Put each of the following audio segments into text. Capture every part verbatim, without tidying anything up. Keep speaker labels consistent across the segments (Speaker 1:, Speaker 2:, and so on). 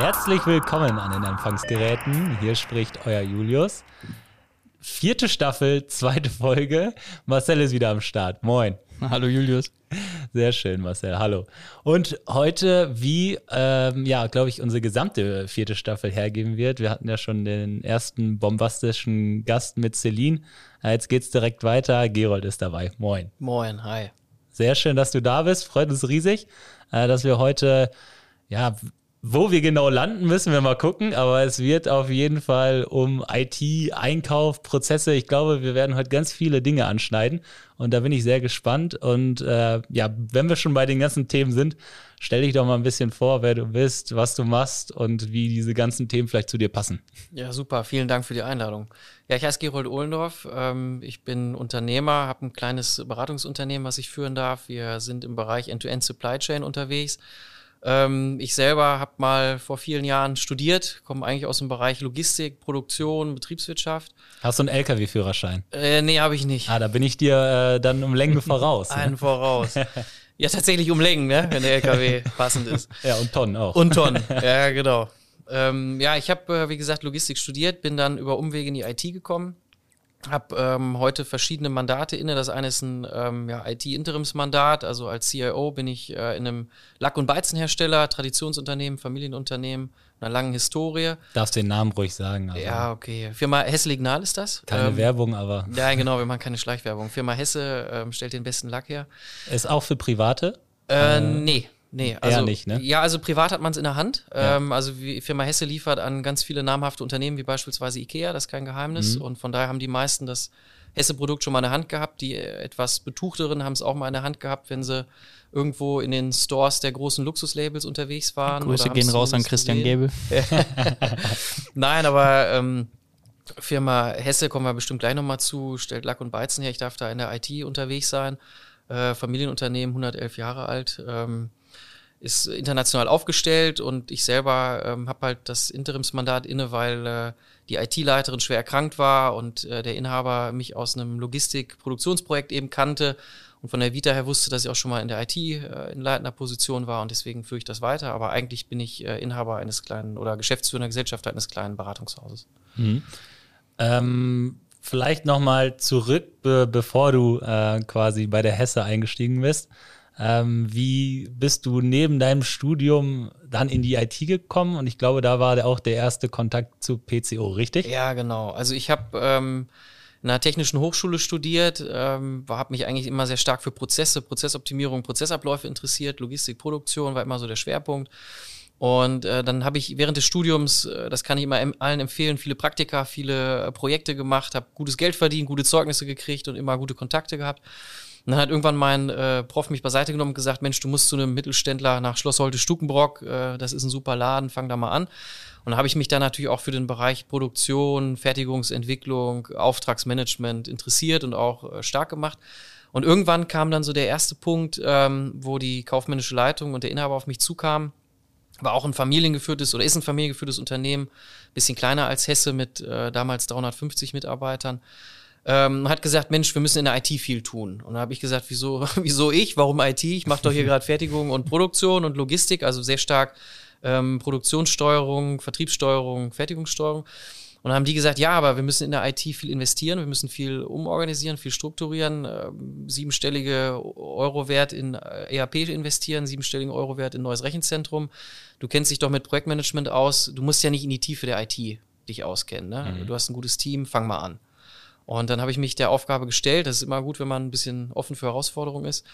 Speaker 1: Herzlich willkommen an den Empfangsgeräten. Hier spricht euer Julius. Vierte Staffel, zweite Folge. Marcel ist wieder am Start. Moin.
Speaker 2: Hallo Julius.
Speaker 1: Sehr schön, Marcel. Hallo. Und heute, wie, ähm, ja, glaube ich, unsere gesamte vierte Staffel hergeben wird. Wir hatten ja schon den ersten bombastischen Gast mit Celine. Äh, jetzt geht's direkt weiter. Gerold ist dabei. Moin.
Speaker 3: Moin, hi.
Speaker 1: Sehr schön, dass du da bist. Freut uns riesig, äh, dass wir heute, ja, wo wir genau landen, müssen wir mal gucken, aber es wird auf jeden Fall um I T, Einkauf, Prozesse, ich glaube, wir werden heute ganz viele Dinge anschneiden und da bin ich sehr gespannt und äh, ja, wenn wir schon bei den ganzen Themen sind, stell dich doch mal ein bisschen vor, wer du bist, was du machst und wie diese ganzen Themen vielleicht zu dir passen.
Speaker 3: Ja, super, vielen Dank für die Einladung. Ja, ich heiße Gerold Ohlendorf, ähm, ich bin Unternehmer, habe ein kleines Beratungsunternehmen, was ich führen darf. Wir sind im Bereich End-to-End Supply Chain unterwegs. Ich selber habe mal vor vielen Jahren studiert, komme eigentlich aus dem Bereich Logistik, Produktion, Betriebswirtschaft.
Speaker 1: Hast du einen L K W-Führerschein?
Speaker 3: Äh, nee, habe ich nicht.
Speaker 1: Ah, da bin ich dir äh, dann um Längen voraus.
Speaker 3: Einen
Speaker 1: ne?
Speaker 3: voraus. Ja, tatsächlich um Längen, ne? Wenn der L K W passend ist.
Speaker 1: Ja, und Tonnen auch.
Speaker 3: Und Tonnen, ja, genau. Ähm, ja, ich habe, äh, wie gesagt, Logistik studiert, bin dann über Umwege in die I T gekommen. Habe ähm, heute verschiedene Mandate inne. Das eine ist ein ähm, ja, I T-Interimsmandat. Also als C I O bin ich äh, in einem Lack- und Beizenhersteller, Traditionsunternehmen, Familienunternehmen, einer langen Historie.
Speaker 1: Darfst den Namen ruhig sagen. Also.
Speaker 3: Ja, okay. Firma Hesse-Lignal ist das.
Speaker 1: Keine
Speaker 3: ähm,
Speaker 1: Werbung, aber...
Speaker 3: Ja, genau, wir machen keine Schleichwerbung. Firma Hesse ähm, stellt den besten Lack her.
Speaker 1: Ist auch für Private?
Speaker 3: Äh, äh nee. Nee, also,
Speaker 1: eher nicht, ne?
Speaker 3: Ja, also privat hat man es in der Hand.
Speaker 1: Ja.
Speaker 3: Ähm, also die Firma Hesse liefert an ganz viele namhafte Unternehmen, wie beispielsweise Ikea, das ist kein Geheimnis.
Speaker 1: Mhm.
Speaker 3: Und von daher haben die meisten das Hesse-Produkt schon mal in der Hand gehabt. Die etwas Betuchteren haben es auch mal in der Hand gehabt, wenn sie irgendwo in den Stores der großen Luxuslabels unterwegs waren.
Speaker 2: Grüße gehen raus an Christian Gebel.
Speaker 3: Nein, aber ähm, Firma Hesse, kommen wir bestimmt gleich nochmal zu, stellt Lack und Beizen her. Ich darf da in der I T unterwegs sein. Äh, Familienunternehmen, hundertelf Jahre alt. Ähm, ist international aufgestellt und ich selber ähm, habe halt das Interimsmandat inne, weil äh, die I T-Leiterin schwer erkrankt war und äh, der Inhaber mich aus einem Logistik-Produktionsprojekt eben kannte und von der Vita her wusste, dass ich auch schon mal in der I T äh, in leitender Position war und deswegen führe ich das weiter, aber eigentlich bin ich äh, Inhaber eines kleinen oder geschäftsführender Gesellschafter eines kleinen Beratungshauses.
Speaker 1: Mhm. Ähm, vielleicht nochmal zurück, be- bevor du äh, quasi bei der Hesse eingestiegen bist. Ähm, wie bist du neben deinem Studium dann in die I T gekommen? Und ich glaube, da war auch der erste Kontakt zu P C O, richtig?
Speaker 3: Ja, genau. Also ich habe ähm, in einer technischen Hochschule studiert, ähm, habe mich eigentlich immer sehr stark für Prozesse, Prozessoptimierung, Prozessabläufe interessiert, Logistik, Produktion war immer so der Schwerpunkt. Und äh, dann habe ich während des Studiums, äh, das kann ich immer em- allen empfehlen, viele Praktika, viele äh, Projekte gemacht, habe gutes Geld verdient, gute Zeugnisse gekriegt und immer gute Kontakte gehabt. Und dann hat irgendwann mein äh, Prof mich beiseite genommen und gesagt, Mensch, du musst zu einem Mittelständler nach Schloss Holte-Stukenbrock, äh, das ist ein super Laden, fang da mal an. Und dann habe ich mich dann natürlich auch für den Bereich Produktion, Fertigungsentwicklung, Auftragsmanagement interessiert und auch äh, stark gemacht. Und irgendwann kam dann so der erste Punkt, ähm, wo die kaufmännische Leitung und der Inhaber auf mich zukamen. War auch ein familiengeführtes oder ist ein familiengeführtes Unternehmen, bisschen kleiner als Hesse mit äh, damals dreihundertfünfzig Mitarbeitern. Ähm, hat gesagt, Mensch, wir müssen in der I T viel tun. Und dann habe ich gesagt, wieso, wieso ich? Warum I T? Ich mache doch hier gerade Fertigung und Produktion und Logistik, also sehr stark ähm, Produktionssteuerung, Vertriebssteuerung, Fertigungssteuerung. Und dann haben die gesagt, ja, aber wir müssen in der I T viel investieren, wir müssen viel umorganisieren, viel strukturieren, äh, siebenstellige Euro-Wert in E R P investieren, siebenstelligen Euro-Wert in neues Rechenzentrum. Du kennst dich doch mit Projektmanagement aus, du musst ja nicht in die Tiefe der I T dich auskennen. Ne? Mhm. Du hast ein gutes Team, fang mal an. Und dann habe ich mich der Aufgabe gestellt, das ist immer gut, wenn man ein bisschen offen für Herausforderungen ist.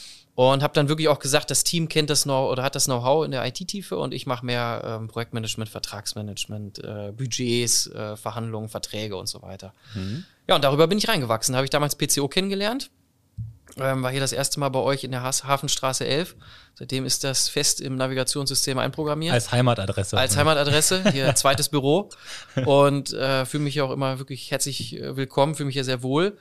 Speaker 3: Und habe dann wirklich auch gesagt, das Team kennt das Know- oder hat das Know-how in der I T-Tiefe und ich mache mehr ähm, Projektmanagement, Vertragsmanagement, äh, Budgets, äh, Verhandlungen, Verträge und so weiter. Mhm. Ja, und darüber bin ich reingewachsen. Da habe ich damals P C O kennengelernt. Ähm, war hier das erste Mal bei euch in der Has- Hafenstraße elf. Seitdem ist das fest im Navigationssystem einprogrammiert.
Speaker 1: Als Heimatadresse.
Speaker 3: Als Heimatadresse, hier zweites Büro. Und äh, fühle mich hier auch immer wirklich herzlich äh, willkommen, fühle mich hier sehr wohl.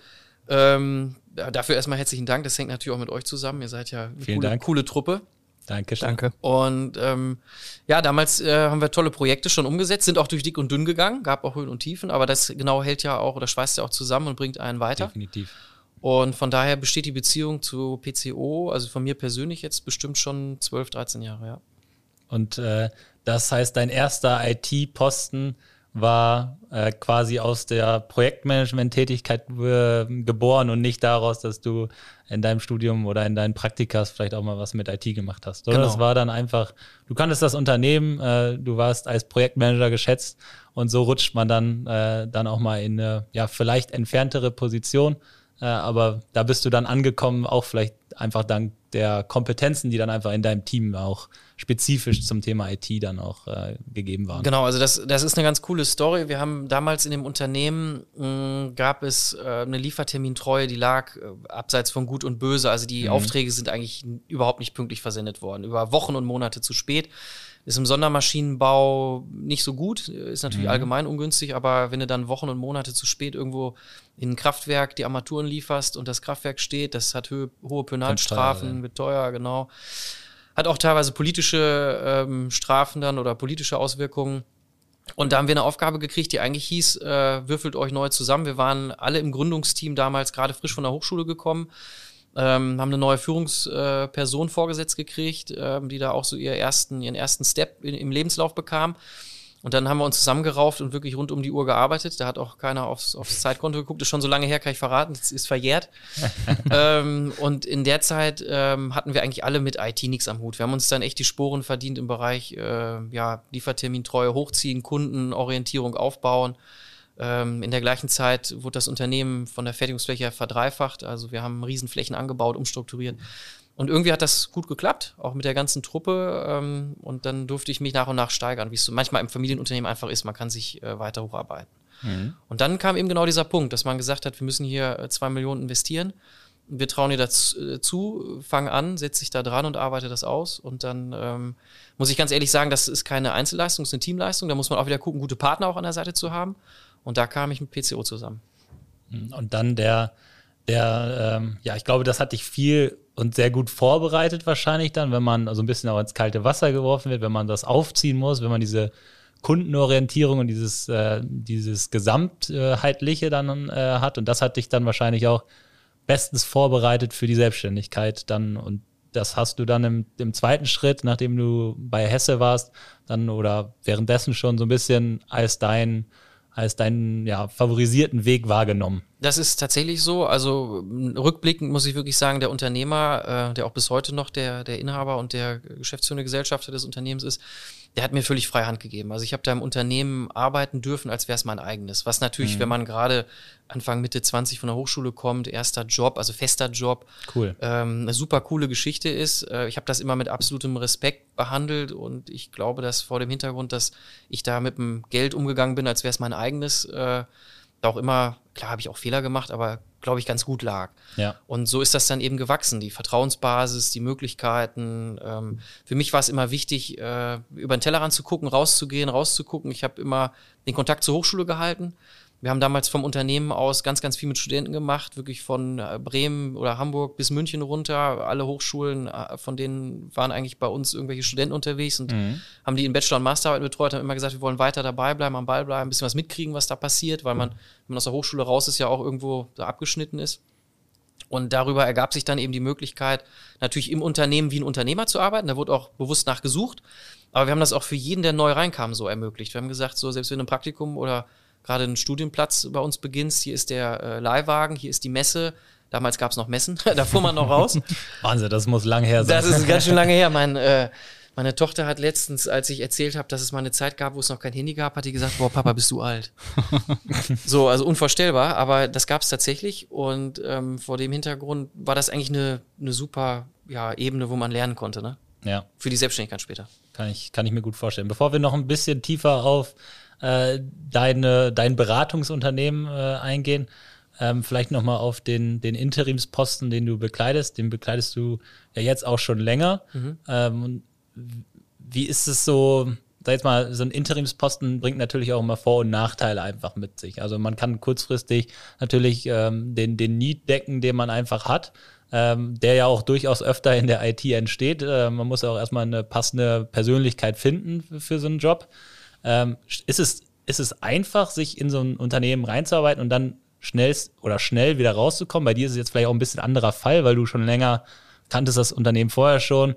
Speaker 3: Ähm, dafür erstmal herzlichen Dank. Das hängt natürlich auch mit euch zusammen. Ihr seid ja eine coole, coole Truppe.
Speaker 1: Dankeschön.
Speaker 2: Danke.
Speaker 3: Und ähm, ja, damals äh, haben wir tolle Projekte schon umgesetzt, sind auch durch dick und dünn gegangen, gab auch Höhen und Tiefen, aber das genau hält ja auch oder schweißt ja auch zusammen und bringt einen weiter.
Speaker 1: Definitiv.
Speaker 3: Und von daher besteht die Beziehung zu P C O, also von mir persönlich jetzt bestimmt schon zwölf, dreizehn Jahre, ja.
Speaker 1: Und äh, Das heißt, dein erster I T-Posten war äh, quasi aus der Projektmanagement-Tätigkeit äh, geboren und nicht daraus, dass du in deinem Studium oder in deinen Praktikas vielleicht auch mal was mit I T gemacht hast. Oder?
Speaker 3: Genau.
Speaker 1: Das war dann einfach, du kanntest das Unternehmen, äh, du warst als Projektmanager geschätzt und so rutscht man dann, äh, dann auch mal in eine ja, vielleicht entferntere Position. Äh, aber da bist du dann angekommen, auch vielleicht einfach dank der Kompetenzen, die dann einfach in deinem Team auch spezifisch zum Thema I T dann auch äh, gegeben waren.
Speaker 3: Genau, also das, das ist eine ganz coole Story. Wir haben damals in dem Unternehmen, mh, gab es äh, eine Liefertermintreue, die lag äh, abseits von Gut und Böse. Also die mhm. Aufträge sind eigentlich n- überhaupt nicht pünktlich versendet worden. Über Wochen und Monate zu spät. Ist im Sondermaschinenbau nicht so gut, ist natürlich mhm. allgemein ungünstig, aber wenn du dann Wochen und Monate zu spät irgendwo in ein Kraftwerk die Armaturen lieferst und das Kraftwerk steht, das hat hö- hohe Penalstrafen, ja. wird teuer, genau. Hat auch teilweise politische ähm, Strafen dann oder politische Auswirkungen. Und da haben wir eine Aufgabe gekriegt, die eigentlich hieß, äh, würfelt euch neu zusammen. Wir waren alle im Gründungsteam damals gerade frisch von der Hochschule gekommen. Ähm, haben eine neue Führungsperson äh, vorgesetzt gekriegt, ähm, die da auch so ihr ersten, ihren ersten Step in, im Lebenslauf bekam. Und dann haben wir uns zusammengerauft und wirklich rund um die Uhr gearbeitet. Da hat auch keiner aufs, aufs Zeitkonto geguckt. Ist schon so lange her, kann ich verraten. Das ist verjährt. ähm, und in der Zeit ähm, hatten wir eigentlich alle mit I T nichts am Hut. Wir haben uns dann echt die Sporen verdient im Bereich äh, ja, Liefertermintreue hochziehen, Kundenorientierung aufbauen. In der gleichen Zeit wurde das Unternehmen von der Fertigungsfläche verdreifacht. Also wir haben Riesenflächen angebaut, umstrukturiert. Und irgendwie hat das gut geklappt, auch mit der ganzen Truppe. Und dann durfte ich mich nach und nach steigern, wie es so manchmal im Familienunternehmen einfach ist. Man kann sich weiter hocharbeiten. Mhm. Und dann kam eben genau dieser Punkt, dass man gesagt hat, wir müssen hier zwei Millionen investieren. Wir trauen dir dazu, fang an, setz dich da dran und arbeite das aus. Und dann ähm, muss ich ganz ehrlich sagen, das ist keine Einzelleistung, das ist eine Teamleistung. Da muss man auch wieder gucken, gute Partner auch an der Seite zu haben. Und da kam ich mit P C O zusammen.
Speaker 1: Und dann der, der ähm, ja, ich glaube, das hat dich viel und sehr gut vorbereitet wahrscheinlich dann, wenn man so ein bisschen auch ins kalte Wasser geworfen wird, wenn man das aufziehen muss, wenn man diese Kundenorientierung und dieses, äh, dieses Gesamtheitliche dann äh, hat. Und das hat dich dann wahrscheinlich auch bestens vorbereitet für die Selbstständigkeit dann. Und das hast du dann im, im zweiten Schritt, nachdem du bei Hesse warst, dann oder währenddessen schon so ein bisschen als dein als deinen ja, favorisierten Weg wahrgenommen.
Speaker 3: Das ist tatsächlich so. Also rückblickend muss ich wirklich sagen, der Unternehmer, äh, der auch bis heute noch der, der Inhaber und der geschäftsführende Gesellschafter des Unternehmens ist, der hat mir völlig freie Hand gegeben. Also ich habe da im Unternehmen arbeiten dürfen, als wäre es mein eigenes. Was natürlich, mhm. wenn man gerade Anfang, Mitte zwanzig von der Hochschule kommt, erster Job, also fester Job,
Speaker 1: cool.
Speaker 3: ähm, eine super coole Geschichte ist. Äh, ich habe das immer mit absolutem Respekt behandelt und ich glaube, dass vor dem Hintergrund, dass ich da mit dem Geld umgegangen bin, als wäre es mein eigenes, äh, da auch immer, klar habe ich auch Fehler gemacht, aber glaube ich, ganz gut lag.
Speaker 1: Ja.
Speaker 3: Und so ist das dann eben gewachsen, die Vertrauensbasis, die Möglichkeiten. Ähm, für mich war es immer wichtig, äh, über den Tellerrand zu gucken, rauszugehen, rauszugucken. Ich habe immer den Kontakt zur Hochschule gehalten. Wir haben damals vom Unternehmen aus ganz, ganz viel mit Studenten gemacht, wirklich von äh, Bremen oder Hamburg bis München runter. Alle Hochschulen, äh, von denen waren eigentlich bei uns irgendwelche Studenten unterwegs und mhm. haben die in Bachelor- und Masterarbeit betreut, haben immer gesagt, wir wollen weiter dabei bleiben, am Ball bleiben, ein bisschen was mitkriegen, was da passiert, weil man, wenn man aus der Hochschule raus ist, ja auch irgendwo da abgeschnitten ist. Und darüber ergab sich dann eben die Möglichkeit, natürlich im Unternehmen wie ein Unternehmer zu arbeiten. Da wurde auch bewusst nachgesucht. Aber wir haben das auch für jeden, der neu reinkam, so ermöglicht. Wir haben gesagt, so selbst wenn du ein Praktikum oder gerade einen Studienplatz bei uns beginnst, hier ist der äh, Leihwagen, hier ist die Messe. Damals gab es noch Messen, da fuhr man noch raus.
Speaker 1: Wahnsinn, das muss lang her sein.
Speaker 3: Das ist ganz schön lange her. Mein, äh, meine Tochter hat letztens, als ich erzählt habe, dass es mal eine Zeit gab, wo es noch kein Handy gab, hat die gesagt, boah, Papa, bist du alt. So, also unvorstellbar, aber das gab es tatsächlich und ähm, vor dem Hintergrund war das eigentlich eine, eine super ja, Ebene, wo man lernen konnte, ne?
Speaker 1: Ja.
Speaker 3: Für die Selbstständigkeit später.
Speaker 1: Kann ich, kann ich mir gut vorstellen. Bevor wir noch ein bisschen tiefer auf äh, deine, dein Beratungsunternehmen äh, eingehen, ähm, vielleicht nochmal auf den, den Interimsposten, den du bekleidest. Den bekleidest du ja jetzt auch schon länger. Mhm. Ähm, wie ist es so, sag jetzt mal, so ein Interimsposten bringt natürlich auch immer Vor- und Nachteile einfach mit sich. Also man kann kurzfristig natürlich ähm, den, den Need decken, den man einfach hat, ähm, der ja auch durchaus öfter in der I T entsteht. Äh, man muss auch erstmal eine passende Persönlichkeit finden für, für so einen Job. Ähm, ist es, ist es einfach, sich in so ein Unternehmen reinzuarbeiten und dann schnell oder schnell wieder rauszukommen? Bei dir ist es jetzt vielleicht auch ein bisschen anderer Fall, weil du schon länger kanntest das Unternehmen vorher schon.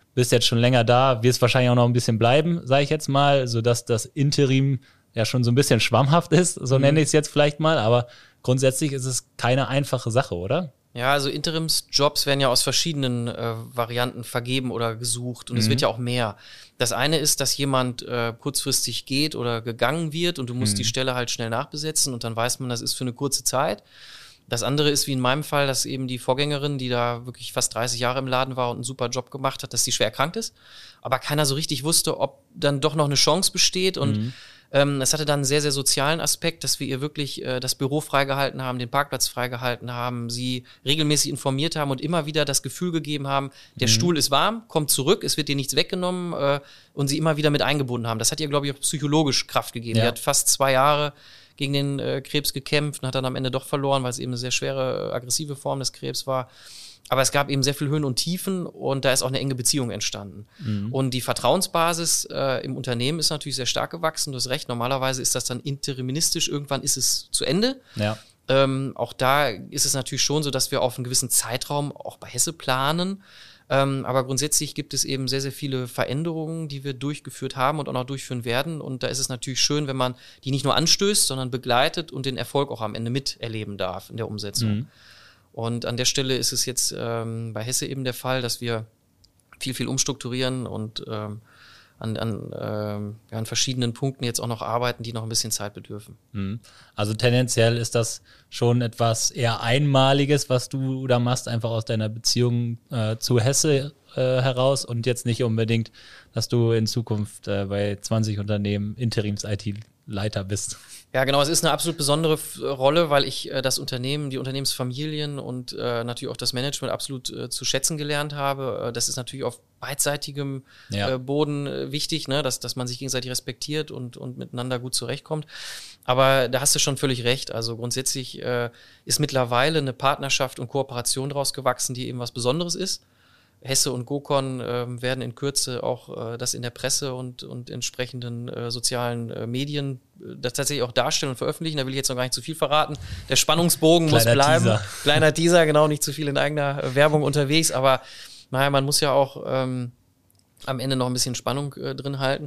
Speaker 1: bist jetzt schon länger da, wirst wahrscheinlich auch noch ein bisschen bleiben, sage ich jetzt mal, sodass das Interim ja schon so ein bisschen schwammhaft ist, so mhm. nenne ich es jetzt vielleicht mal, aber grundsätzlich ist es keine einfache Sache, oder?
Speaker 3: Ja, also Interimsjobs werden ja aus verschiedenen äh, Varianten vergeben oder gesucht und mhm. es wird ja auch mehr. Das eine ist, dass jemand äh, kurzfristig geht oder gegangen wird und du musst mhm. die Stelle halt schnell nachbesetzen und dann weiß man, das ist für eine kurze Zeit. Das andere ist, wie in meinem Fall, dass eben die Vorgängerin, die da wirklich fast dreißig Jahre im Laden war und einen super Job gemacht hat, dass die schwer erkrankt ist, aber keiner so richtig wusste, ob dann doch noch eine Chance besteht und mhm. Ähm, es hatte dann einen sehr, sehr sozialen Aspekt, dass wir ihr wirklich äh, das Büro freigehalten haben, den Parkplatz freigehalten haben, sie regelmäßig informiert haben und immer wieder das Gefühl gegeben haben, der mhm. Stuhl ist warm, kommt zurück, es wird dir nichts weggenommen äh, und sie immer wieder mit eingebunden haben. Das hat ihr, glaube ich, auch psychologisch Kraft gegeben. Ja. Die hat fast zwei Jahre gegen den äh, Krebs gekämpft und hat dann am Ende doch verloren, weil es eben eine sehr schwere, aggressive Form des Krebs war. Aber es gab eben sehr viel Höhen und Tiefen und da ist auch eine enge Beziehung entstanden. Mhm. Und die Vertrauensbasis äh, im Unternehmen ist natürlich sehr stark gewachsen. Du hast recht, normalerweise ist das dann interimistisch, irgendwann ist es zu Ende.
Speaker 1: Ja.
Speaker 3: Ähm, auch da ist es natürlich schon so, dass wir auf einen gewissen Zeitraum auch bei Hesse planen. Ähm, aber grundsätzlich gibt es eben sehr, sehr viele Veränderungen, die wir durchgeführt haben und auch noch durchführen werden. Und da ist es natürlich schön, wenn man die nicht nur anstößt, sondern begleitet und den Erfolg auch am Ende miterleben darf in der Umsetzung. Mhm. Und an der Stelle ist es jetzt ähm, bei Hesse eben der Fall, dass wir viel, viel umstrukturieren und ähm, an, an, ähm, ja, an verschiedenen Punkten jetzt auch noch arbeiten, die noch ein bisschen Zeit bedürfen.
Speaker 1: Also tendenziell ist das schon etwas eher Einmaliges, was du da machst, einfach aus deiner Beziehung äh, zu Hesse äh, heraus und jetzt nicht unbedingt, dass du in Zukunft äh, bei zwanzig Unternehmen Interims-I T-Leiter bist.
Speaker 3: Ja, genau. Es ist eine absolut besondere F- Rolle, weil ich äh, das Unternehmen, die Unternehmensfamilien und äh, natürlich auch das Management absolut äh, zu schätzen gelernt habe. Äh, das ist natürlich auf beidseitigem
Speaker 1: ja.
Speaker 3: äh, Boden äh, wichtig, ne? dass, dass man sich gegenseitig respektiert und, und miteinander gut zurechtkommt. Aber da hast du schon völlig recht. Also grundsätzlich äh, ist mittlerweile eine Partnerschaft und Kooperation daraus gewachsen, die eben was Besonderes ist. Hesse und GoCon äh, werden in Kürze auch äh, das in der Presse und, und entsprechenden äh, sozialen äh, Medien äh, das tatsächlich auch darstellen und veröffentlichen. Da will ich jetzt noch gar nicht zu viel verraten. Der Spannungsbogen muss bleiben.
Speaker 1: Teaser.
Speaker 3: Kleiner Teaser, genau, nicht zu viel in eigener äh, Werbung unterwegs. Aber naja, man muss ja auch ähm, am Ende noch ein bisschen Spannung äh, drin halten.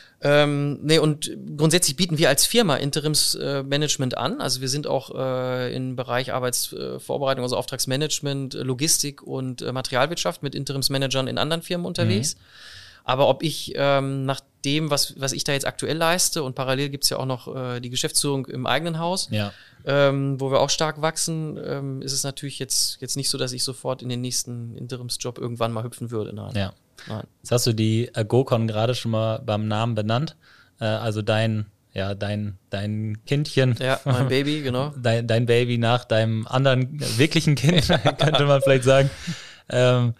Speaker 3: Ähm, nee, und grundsätzlich bieten wir als Firma Interimsmanagement äh, an. Also wir sind auch äh, im Bereich Arbeitsvorbereitung, also Auftragsmanagement, Logistik und äh, Materialwirtschaft mit Interimsmanagern in anderen Firmen unterwegs. Mhm. Aber ob ich ähm, nach dem, was, was ich da jetzt aktuell leiste, und parallel gibt's ja auch noch äh, die Geschäftsführung im eigenen Haus,
Speaker 1: ja.
Speaker 3: ähm, wo wir auch stark wachsen, ähm, ist es natürlich jetzt, jetzt nicht so, dass ich sofort in den nächsten Interimsjob irgendwann mal hüpfen würde. Nein.
Speaker 1: Ja.
Speaker 3: Nein.
Speaker 1: Jetzt hast du die äh, GoCon gerade schon mal beim Namen benannt. Äh, also dein, ja, dein, dein Kindchen.
Speaker 3: Ja, mein Baby, genau.
Speaker 1: Dein, dein Baby nach deinem anderen wirklichen Kind, könnte man vielleicht sagen. Ähm,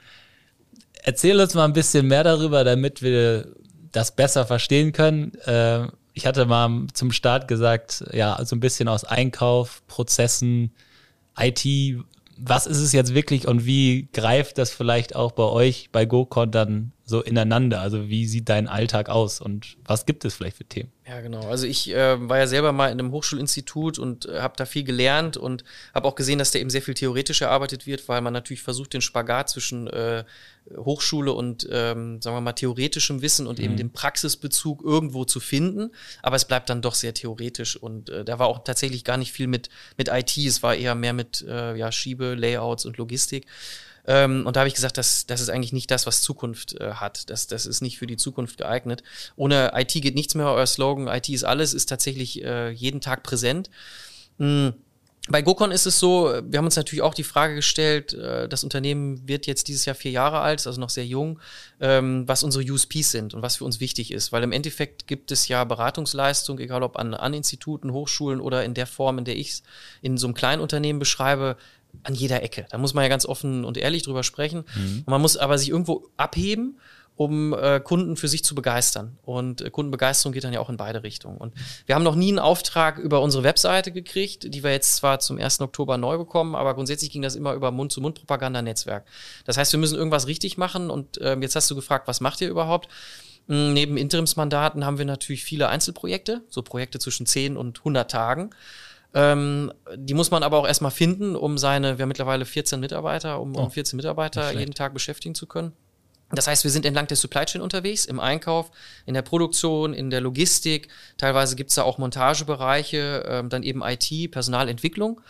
Speaker 1: erzähl uns mal ein bisschen mehr darüber, damit wir das besser verstehen können. Äh, ich hatte mal zum Start gesagt, ja, so ein bisschen aus Einkauf, Prozessen, I T. Was ist es jetzt wirklich und wie greift das vielleicht auch bei euch, bei GoCon dann so ineinander? Also wie sieht dein Alltag aus und was gibt es vielleicht für Themen?
Speaker 3: Ja, genau. Also ich äh, war ja selber mal in einem Hochschulinstitut und äh, habe da viel gelernt und habe auch gesehen, dass da eben sehr viel theoretisch erarbeitet wird, weil man natürlich versucht, den Spagat zwischen äh, Hochschule und, ähm, sagen wir mal, theoretischem Wissen und mhm. eben dem Praxisbezug irgendwo zu finden. Aber es bleibt dann doch sehr theoretisch und äh, da war auch tatsächlich gar nicht viel mit, mit I T. Es war eher mehr mit äh, ja, Schiebe, Layouts und Logistik. Ähm, und da habe ich gesagt, das, das ist eigentlich nicht das, was Zukunft äh, hat. Das, das ist nicht für die Zukunft geeignet. Ohne I T geht nichts mehr. Euer Slogan, I T ist alles, ist tatsächlich äh, jeden Tag präsent. Mhm. Bei GoCon ist es so, wir haben uns natürlich auch die Frage gestellt, äh, das Unternehmen wird jetzt dieses Jahr vier Jahre alt, also noch sehr jung, ähm, was unsere U S Ps sind und was für uns wichtig ist. Weil im Endeffekt gibt es ja Beratungsleistung, egal ob an, an Instituten, Hochschulen oder in der Form, in der ich es in so einem kleinen Unternehmen beschreibe, an jeder Ecke. Da muss man ja ganz offen und ehrlich drüber sprechen. Mhm. Und man muss aber sich irgendwo abheben, um äh, Kunden für sich zu begeistern. Und äh, Kundenbegeisterung geht dann ja auch in beide Richtungen. Und wir haben noch nie einen Auftrag über unsere Webseite gekriegt, die wir jetzt zwar zum ersten Oktober neu bekommen, aber grundsätzlich ging das immer über Mund-zu-Mund-Propaganda-Netzwerk. Das heißt, wir müssen irgendwas richtig machen. Und äh, jetzt hast du gefragt, was macht ihr überhaupt? Hm, neben Interimsmandaten haben wir natürlich viele Einzelprojekte, so Projekte zwischen zehn und hundert Tagen. Ähm, die muss man aber auch erstmal finden, um seine, wir haben mittlerweile vierzehn Mitarbeiter, um, um vierzehn Mitarbeiter jeden Tag beschäftigen zu können. Das heißt, wir sind entlang der Supply Chain unterwegs, im Einkauf, in der Produktion, in der Logistik. Teilweise gibt es da auch Montagebereiche, ähm, dann eben I T, Personalentwicklung.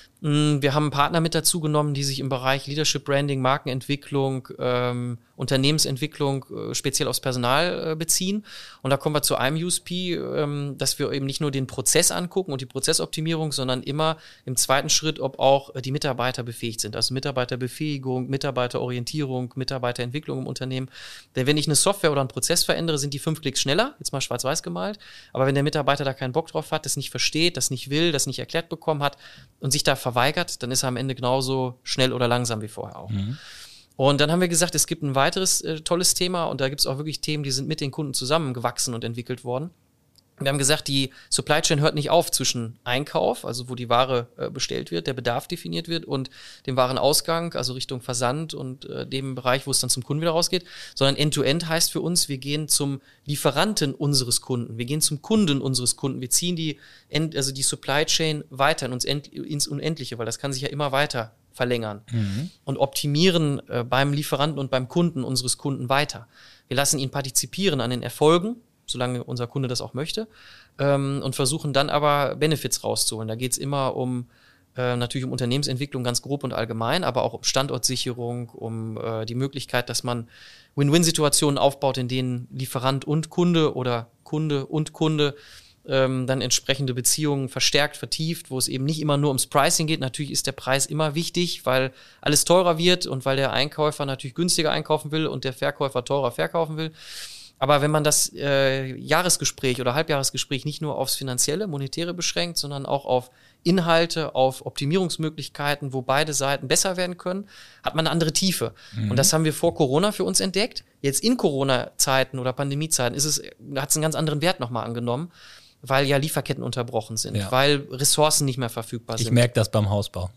Speaker 3: Wir haben Partner mit dazu genommen, die sich im Bereich Leadership Branding, Markenentwicklung, ähm, Unternehmensentwicklung äh, speziell aufs Personal äh, beziehen. Und da kommen wir zu einem U S P, ähm, dass wir eben nicht nur den Prozess angucken und die Prozessoptimierung, sondern immer im zweiten Schritt, ob auch äh, die Mitarbeiter befähigt sind. Also Mitarbeiterbefähigung, Mitarbeiterorientierung, Mitarbeiterentwicklung im Unternehmen. Denn wenn ich eine Software oder einen Prozess verändere, sind die fünf Klicks schneller, jetzt mal schwarz-weiß gemalt. Aber wenn der Mitarbeiter da keinen Bock drauf hat, das nicht versteht, das nicht will, das nicht erklärt bekommen hat und sich da verweigert, dann ist er am Ende genauso schnell oder langsam wie vorher auch. Mhm. Und dann haben wir gesagt, es gibt ein weiteres äh, tolles Thema und da gibt es auch wirklich Themen, die sind mit den Kunden zusammengewachsen und entwickelt worden. Wir haben gesagt, die Supply Chain hört nicht auf zwischen Einkauf, also wo die Ware äh, bestellt wird, der Bedarf definiert wird, und dem Warenausgang, also Richtung Versand und äh, dem Bereich, wo es dann zum Kunden wieder rausgeht, sondern End-to-End heißt für uns, wir gehen zum Lieferanten unseres Kunden, wir gehen zum Kunden unseres Kunden, wir ziehen die, End, also die Supply Chain weiter in uns end, ins Unendliche, weil das kann sich ja immer weiter verlängern mhm. und optimieren äh, beim Lieferanten und beim Kunden unseres Kunden weiter. Wir lassen ihn partizipieren an den Erfolgen, solange unser Kunde das auch möchte, ähm, und versuchen dann aber Benefits rauszuholen. Da geht es immer um äh, natürlich um Unternehmensentwicklung ganz grob und allgemein, aber auch um Standortsicherung, um äh, die Möglichkeit, dass man Win-Win-Situationen aufbaut, in denen Lieferant und Kunde oder Kunde und Kunde ähm, dann entsprechende Beziehungen verstärkt, vertieft, wo es eben nicht immer nur ums Pricing geht. Natürlich ist der Preis immer wichtig, weil alles teurer wird und weil der Einkäufer natürlich günstiger einkaufen will und der Verkäufer teurer verkaufen will. Aber wenn man das äh, Jahresgespräch oder Halbjahresgespräch nicht nur aufs Finanzielle, Monetäre beschränkt, sondern auch auf Inhalte, auf Optimierungsmöglichkeiten, wo beide Seiten besser werden können, hat man eine andere Tiefe. Mhm. Und das haben wir vor Corona für uns entdeckt. Jetzt in Corona-Zeiten oder Pandemie-Zeiten ist es, hat es einen ganz anderen Wert nochmal angenommen, weil ja Lieferketten unterbrochen sind, ja. weil Ressourcen nicht mehr verfügbar sind.
Speaker 1: Ich merke das beim Hausbau.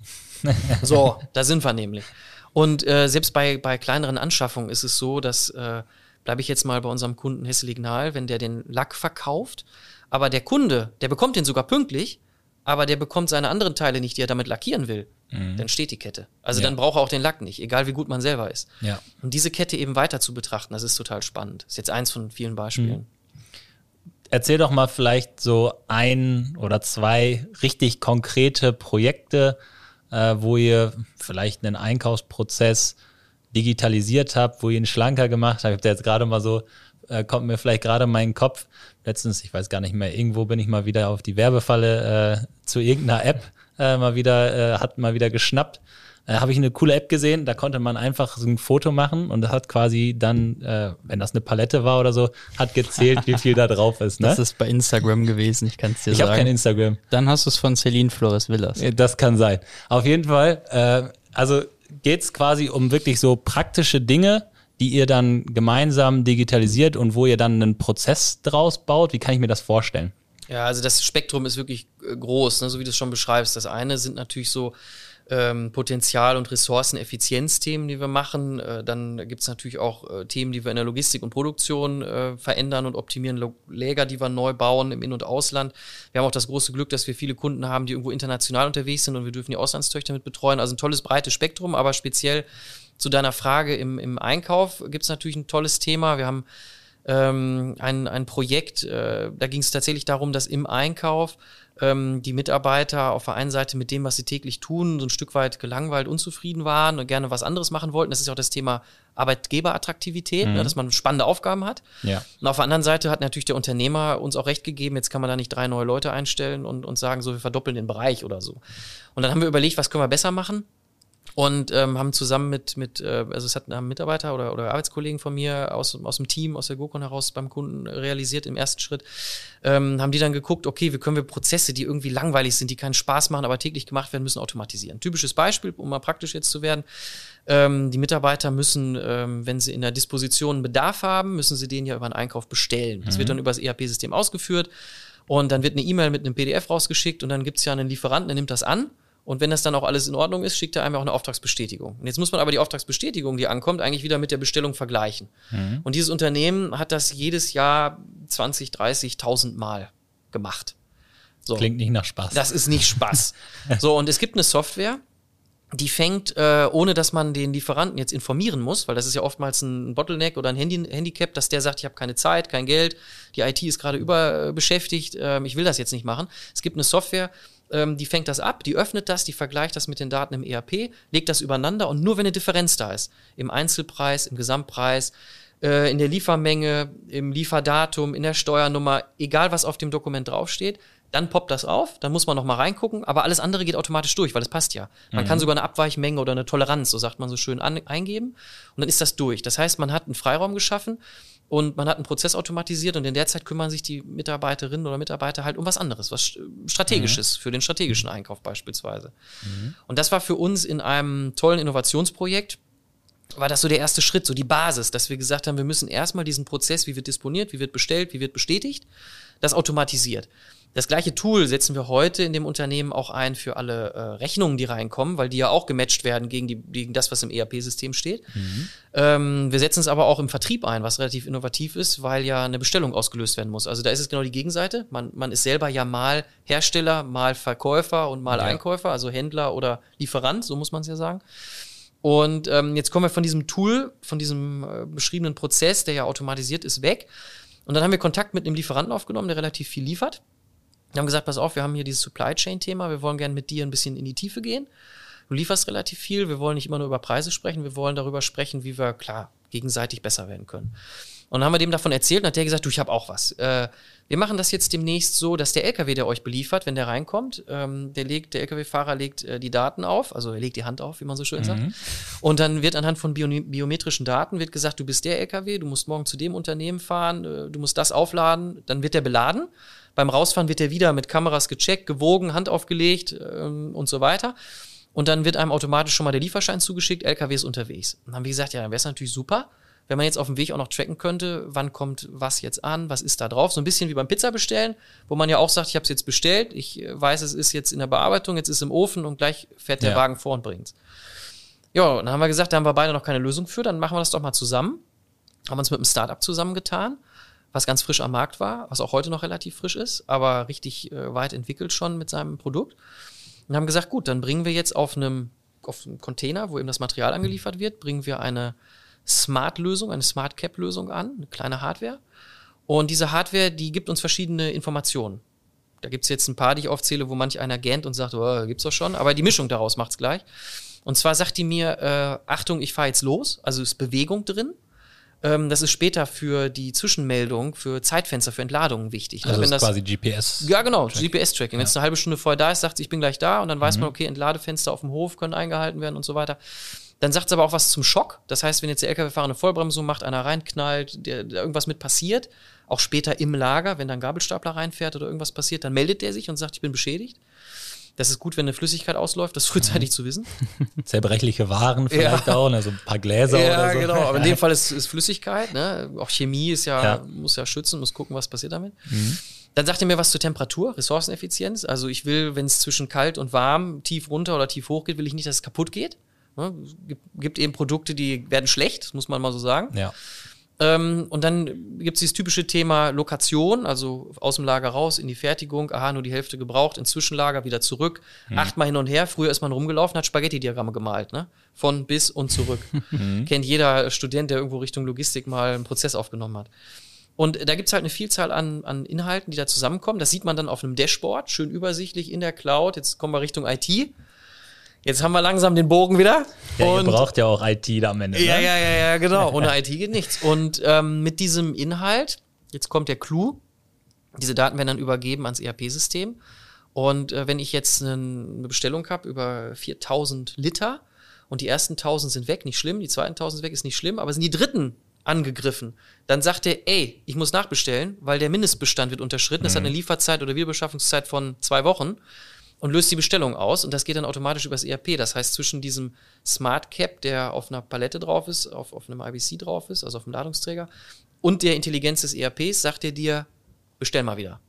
Speaker 3: So, da sind wir nämlich. Und äh, selbst bei, bei kleineren Anschaffungen ist es so, dass, äh, bleibe ich jetzt mal bei unserem Kunden Hesse Lignal, wenn der den Lack verkauft, aber der Kunde, der bekommt den sogar pünktlich, aber der bekommt seine anderen Teile nicht, die er damit lackieren will, mhm. dann steht die Kette. Also ja. dann braucht er auch den Lack nicht, egal wie gut man selber ist.
Speaker 1: Ja.
Speaker 3: Und diese Kette eben weiter zu betrachten, das ist total spannend. Das ist jetzt eins von vielen Beispielen.
Speaker 1: Mhm. Erzähl doch mal vielleicht so ein oder zwei richtig konkrete Projekte, äh, wo ihr vielleicht einen Einkaufsprozess digitalisiert habt, wo ihr ihn schlanker gemacht habt. Ich habe jetzt gerade mal so, äh, kommt mir vielleicht gerade in meinen Kopf, letztens, ich weiß gar nicht mehr, irgendwo bin ich mal wieder auf die Werbefalle äh, zu irgendeiner App äh, mal wieder, äh, hat mal wieder geschnappt. Äh, habe ich eine coole App gesehen, da konnte man einfach so ein Foto machen und das hat quasi dann, äh, wenn das eine Palette war oder so, hat gezählt, wie viel da drauf ist. Ne?
Speaker 2: Das ist bei Instagram gewesen, ich kann es dir
Speaker 1: ich
Speaker 2: sagen.
Speaker 1: Ich habe kein Instagram.
Speaker 2: Dann hast du es von Celine Flores Villas.
Speaker 1: Das kann sein. Auf jeden Fall, äh, also geht es quasi um wirklich so praktische Dinge, die ihr dann gemeinsam digitalisiert und wo ihr dann einen Prozess draus baut. Wie kann ich mir das vorstellen?
Speaker 3: Ja, also das Spektrum ist wirklich groß, ne, so wie du es schon beschreibst. Das eine sind natürlich so ähm, Potenzial- und Ressourceneffizienzthemen, die wir machen. Äh, dann gibt es natürlich auch äh, Themen, die wir in der Logistik und Produktion äh, verändern und optimieren. Lo- Läger, die wir neu bauen im In- und Ausland. Wir haben auch das große Glück, dass wir viele Kunden haben, die irgendwo international unterwegs sind und wir dürfen die Auslandstöchter mit betreuen. Also ein tolles, breites Spektrum, aber speziell zu deiner Frage im, im Einkauf gibt es natürlich ein tolles Thema. Wir haben ähm, ein, ein Projekt, äh, da ging es tatsächlich darum, dass im Einkauf ähm, die Mitarbeiter auf der einen Seite mit dem, was sie täglich tun, so ein Stück weit gelangweilt, unzufrieden waren und gerne was anderes machen wollten. Das ist auch das Thema Arbeitgeberattraktivität, mhm. ne, dass man spannende Aufgaben hat.
Speaker 1: Ja.
Speaker 3: Und auf der anderen Seite hat natürlich der Unternehmer uns auch recht gegeben, jetzt kann man da nicht drei neue Leute einstellen und, und sagen, so wir verdoppeln den Bereich oder so. Und dann haben wir überlegt, was können wir besser machen? Und ähm, haben zusammen mit, mit äh, also es hat ein Mitarbeiter oder, oder Arbeitskollegen von mir aus, aus dem Team, aus der GoCon heraus beim Kunden realisiert im ersten Schritt, ähm, haben die dann geguckt, okay, wie können wir Prozesse, die irgendwie langweilig sind, die keinen Spaß machen, aber täglich gemacht werden müssen, automatisieren. Typisches Beispiel, um mal praktisch jetzt zu werden, ähm, die Mitarbeiter müssen, ähm, wenn sie in der Disposition einen Bedarf haben, müssen sie den ja über einen Einkauf bestellen. Das mhm. wird dann über das E R P-System ausgeführt und dann wird eine E-Mail mit einem P D F rausgeschickt und dann gibt es ja einen Lieferanten, der nimmt das an. Und wenn das dann auch alles in Ordnung ist, schickt er einem auch eine Auftragsbestätigung. Und jetzt muss man aber die Auftragsbestätigung, die ankommt, eigentlich wieder mit der Bestellung vergleichen. Mhm. Und dieses Unternehmen hat das jedes Jahr zwanzig, dreißigtausend Mal gemacht. So.
Speaker 1: Klingt nicht nach Spaß.
Speaker 3: Das ist nicht Spaß. So, und es gibt eine Software, die fängt, äh, ohne dass man den Lieferanten jetzt informieren muss, weil das ist ja oftmals ein Bottleneck oder ein Handy, Handicap, dass der sagt, ich habe keine Zeit, kein Geld, die I T ist gerade überbeschäftigt, äh, ich will das jetzt nicht machen. Es gibt eine Software, ähm, die fängt das ab, die öffnet das, die vergleicht das mit den Daten im E R P, legt das übereinander und nur wenn eine Differenz da ist, im Einzelpreis, im Gesamtpreis, äh, in der Liefermenge, im Lieferdatum, in der Steuernummer, egal was auf dem Dokument draufsteht, dann poppt das auf, dann muss man noch mal reingucken, aber alles andere geht automatisch durch, weil das passt ja. Man mhm. kann sogar eine Abweichmenge oder eine Toleranz, so sagt man so schön, an, eingeben und dann ist das durch. Das heißt, man hat einen Freiraum geschaffen und man hat einen Prozess automatisiert und in der Zeit kümmern sich die Mitarbeiterinnen oder Mitarbeiter halt um was anderes, was Strategisches, mhm. für den strategischen Einkauf beispielsweise. Mhm. Und das war für uns in einem tollen Innovationsprojekt, war das so der erste Schritt, so die Basis, dass wir gesagt haben, wir müssen erstmal diesen Prozess, wie wird disponiert, wie wird bestellt, wie wird bestätigt, das automatisiert. Das gleiche Tool setzen wir heute in dem Unternehmen auch ein für alle äh, Rechnungen, die reinkommen, weil die ja auch gematcht werden gegen, die, gegen das, was im E R P-System steht. Mhm. Ähm, wir setzen es aber auch im Vertrieb ein, was relativ innovativ ist, weil ja eine Bestellung ausgelöst werden muss. Also da ist es genau die Gegenseite. Man, man ist selber ja mal Hersteller, mal Verkäufer und mal ja. Einkäufer, also Händler oder Lieferant, so muss man es ja sagen. Und ähm, jetzt kommen wir von diesem Tool, von diesem äh, beschriebenen Prozess, der ja automatisiert ist, weg. Und dann haben wir Kontakt mit einem Lieferanten aufgenommen, der relativ viel liefert. Wir haben gesagt, pass auf, wir haben hier dieses Supply Chain Thema, wir wollen gerne mit dir ein bisschen in die Tiefe gehen. Du lieferst relativ viel, wir wollen nicht immer nur über Preise sprechen, wir wollen darüber sprechen, wie wir, klar, gegenseitig besser werden können. Und dann haben wir dem davon erzählt und hat der gesagt, du, ich habe auch was. Äh, wir machen das jetzt demnächst so, dass der L K W, der euch beliefert, wenn der reinkommt, ähm, der legt, der L K W-Fahrer legt äh, die Daten auf, also er legt die Hand auf, wie man so schön mhm. sagt. Und dann wird anhand von bio- biometrischen Daten wird gesagt, du bist der L K W, du musst morgen zu dem Unternehmen fahren, äh, du musst das aufladen, dann wird der beladen. Beim Rausfahren wird der wieder mit Kameras gecheckt, gewogen, Hand aufgelegt ähm, und so weiter. Und dann wird einem automatisch schon mal der Lieferschein zugeschickt, L K W ist unterwegs. Und dann haben wir gesagt, ja, dann wäre es natürlich super, wenn man jetzt auf dem Weg auch noch tracken könnte, wann kommt was jetzt an, was ist da drauf. So ein bisschen wie beim Pizza bestellen, wo man ja auch sagt, ich habe es jetzt bestellt, ich weiß, es ist jetzt in der Bearbeitung, jetzt ist es im Ofen und gleich fährt der ja. Wagen vor und bringt's. Ja, und dann haben wir gesagt, da haben wir beide noch keine Lösung für, dann machen wir das doch mal zusammen. Haben uns mit einem Startup zusammengetan, was ganz frisch am Markt war, was auch heute noch relativ frisch ist, aber richtig äh, weit entwickelt schon mit seinem Produkt. Und haben gesagt, gut, dann bringen wir jetzt auf einem, auf einem Container, wo eben das Material angeliefert wird, bringen wir eine Smart-Lösung, eine Smart-Cap-Lösung an, eine kleine Hardware. Und diese Hardware, die gibt uns verschiedene Informationen. Da gibt es jetzt ein paar, die ich aufzähle, wo manch einer gähnt und sagt, oh, gibt's doch schon, aber die Mischung daraus macht's gleich. Und zwar sagt die mir, äh, Achtung, ich fahre jetzt los, also ist Bewegung drin. Das ist später für die Zwischenmeldung, für Zeitfenster, für Entladungen wichtig.
Speaker 1: Also
Speaker 3: wenn
Speaker 1: das ist
Speaker 3: das
Speaker 1: quasi G P S.
Speaker 3: Ja, genau, G P S-Tracking. Wenn es ja. eine halbe Stunde vorher da ist, sagt sie, ich bin gleich da und dann weiß mhm. man, okay, Entladefenster auf dem Hof können eingehalten werden und so weiter. Dann sagt es aber auch was zum Schock. Das heißt, wenn jetzt der L K W-Fahrer eine Vollbremsung macht, einer reinknallt, der, der irgendwas mit passiert, auch später im Lager, wenn da ein Gabelstapler reinfährt oder irgendwas passiert, dann meldet der sich und sagt, ich bin beschädigt. Das ist gut, wenn eine Flüssigkeit ausläuft, das frühzeitig mhm. zu wissen.
Speaker 1: Zerbrechliche Waren vielleicht ja. auch, also ein paar Gläser
Speaker 3: ja,
Speaker 1: oder so.
Speaker 3: Ja, genau, aber in dem Fall ist, ist Flüssigkeit, ne? Auch Chemie ist ja, ja, muss ja schützen, muss gucken, was passiert damit. Mhm. Dann sagt er mir was zur Temperatur, Ressourceneffizienz. Also ich will, wenn es zwischen kalt und warm, tief runter oder tief hoch geht, will ich nicht, dass es kaputt geht. Ne? Gibt, gibt eben Produkte, die werden schlecht, das muss man mal so sagen.
Speaker 1: Ja.
Speaker 3: Ähm, und dann gibt es dieses typische Thema Lokation, also aus dem Lager raus in die Fertigung, aha, nur die Hälfte gebraucht, ins Zwischenlager, wieder zurück, mhm. achtmal hin und her. Früher ist man rumgelaufen, hat Spaghetti-Diagramme gemalt, ne? Von bis und zurück. Mhm. Kennt jeder Student, der irgendwo Richtung Logistik mal einen Prozess aufgenommen hat. Und da gibt's halt eine Vielzahl an, an Inhalten, die da zusammenkommen. Das sieht man dann auf einem Dashboard, schön übersichtlich in der Cloud. Jetzt kommen wir Richtung I T. Jetzt haben wir langsam den Bogen wieder.
Speaker 1: Ja, und ihr braucht ja auch I T da am Ende.
Speaker 3: Ja,
Speaker 1: ne?
Speaker 3: ja, ja, ja, genau. Ohne I T geht nichts. Und ähm, mit diesem Inhalt, jetzt kommt der Clou, diese Daten werden dann übergeben ans E R P-System. Und äh, wenn ich jetzt eine Bestellung habe über viertausend Liter und die ersten tausend sind weg, nicht schlimm, die zweiten tausend weg, ist nicht schlimm, aber sind die dritten angegriffen, dann sagt er, ey, ich muss nachbestellen, weil der Mindestbestand wird unterschritten. Das mhm. hat eine Lieferzeit oder Wiederbeschaffungszeit von zwei Wochen. Und löst die Bestellung aus und das geht dann automatisch übers E R P. Das heißt, zwischen diesem Smart Cap, der auf einer Palette drauf ist, auf, auf einem I B C drauf ist, also auf dem Ladungsträger, und der Intelligenz des E R Ps, sagt er dir, bestell mal wieder.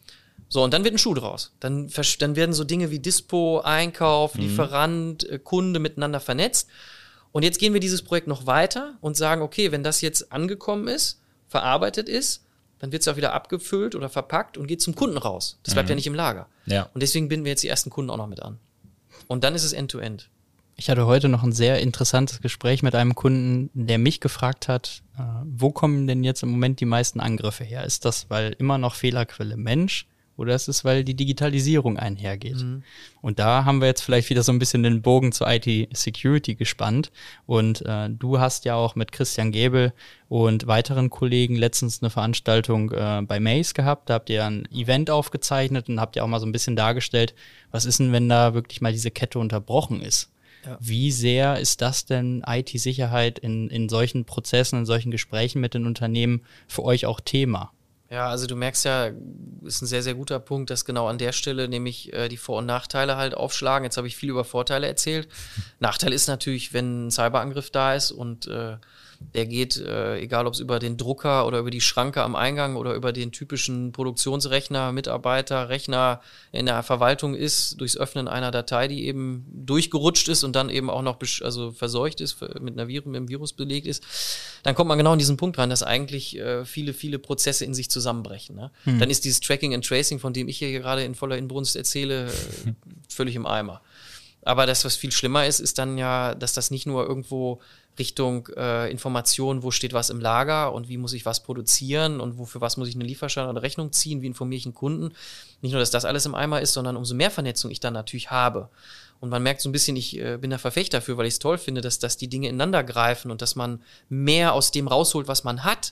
Speaker 3: So, und dann wird ein Schuh draus. Dann, dann werden so Dinge wie Dispo, Einkauf, mhm. Lieferant, Kunde miteinander vernetzt. Und jetzt gehen wir dieses Projekt noch weiter und sagen, okay, wenn das jetzt angekommen ist, verarbeitet ist, dann wird es auch wieder abgefüllt oder verpackt und geht zum Kunden raus. Das bleibt mhm. ja nicht im Lager.
Speaker 1: Ja.
Speaker 3: Und deswegen binden wir jetzt die ersten Kunden auch noch mit an. Und dann ist es End-to-End.
Speaker 2: Ich hatte heute noch ein sehr interessantes Gespräch mit einem Kunden, der mich gefragt hat, äh, wo kommen denn jetzt im Moment die meisten Angriffe her? Ist das, weil immer noch Fehlerquelle Mensch oder ist es, weil die Digitalisierung einhergeht? Mhm. Und da haben wir jetzt vielleicht wieder so ein bisschen den Bogen zur I T-Security gespannt. Und äh, du hast ja auch mit Christian Gebel und weiteren Kollegen letztens eine Veranstaltung äh, bei Maze gehabt. Da habt ihr ein Event aufgezeichnet und habt ihr auch mal so ein bisschen dargestellt, was ist denn, wenn da wirklich mal diese Kette unterbrochen ist? Ja. Wie sehr ist das denn I T-Sicherheit in, in solchen Prozessen, in solchen Gesprächen mit den Unternehmen für euch auch Thema?
Speaker 3: Ja, also du merkst ja, ist ein sehr, sehr guter Punkt, dass genau an der Stelle nämlich äh, die Vor- und Nachteile halt aufschlagen. Jetzt habe ich viel über Vorteile erzählt. Nachteil ist natürlich, wenn ein Cyberangriff da ist und äh, der geht, äh, egal ob es über den Drucker oder über die Schranke am Eingang oder über den typischen Produktionsrechner, Mitarbeiter, Rechner in der Verwaltung ist, durchs Öffnen einer Datei, die eben durchgerutscht ist und dann eben auch noch besch- also verseucht ist, mit einer Virus, mit einem Virus belegt ist, dann kommt man genau in diesen Punkt rein, dass eigentlich äh, viele, viele Prozesse in sich zusammenbrechen. Ne? Hm. Dann ist dieses Tracking and Tracing, von dem ich hier gerade in voller Inbrunst erzähle, äh, völlig im Eimer. Aber das, was viel schlimmer ist, ist dann ja, dass das nicht nur irgendwo Richtung äh, Information, wo steht was im Lager und wie muss ich was produzieren und wofür was muss ich eine Lieferschein oder Rechnung ziehen, wie informiere ich einen Kunden. Nicht nur, dass das alles im Eimer ist, sondern umso mehr Vernetzung ich dann natürlich habe. Und man merkt so ein bisschen, ich äh, bin da Verfechter dafür, weil ich es toll finde, dass, dass die Dinge ineinander greifen und dass man mehr aus dem rausholt, was man hat.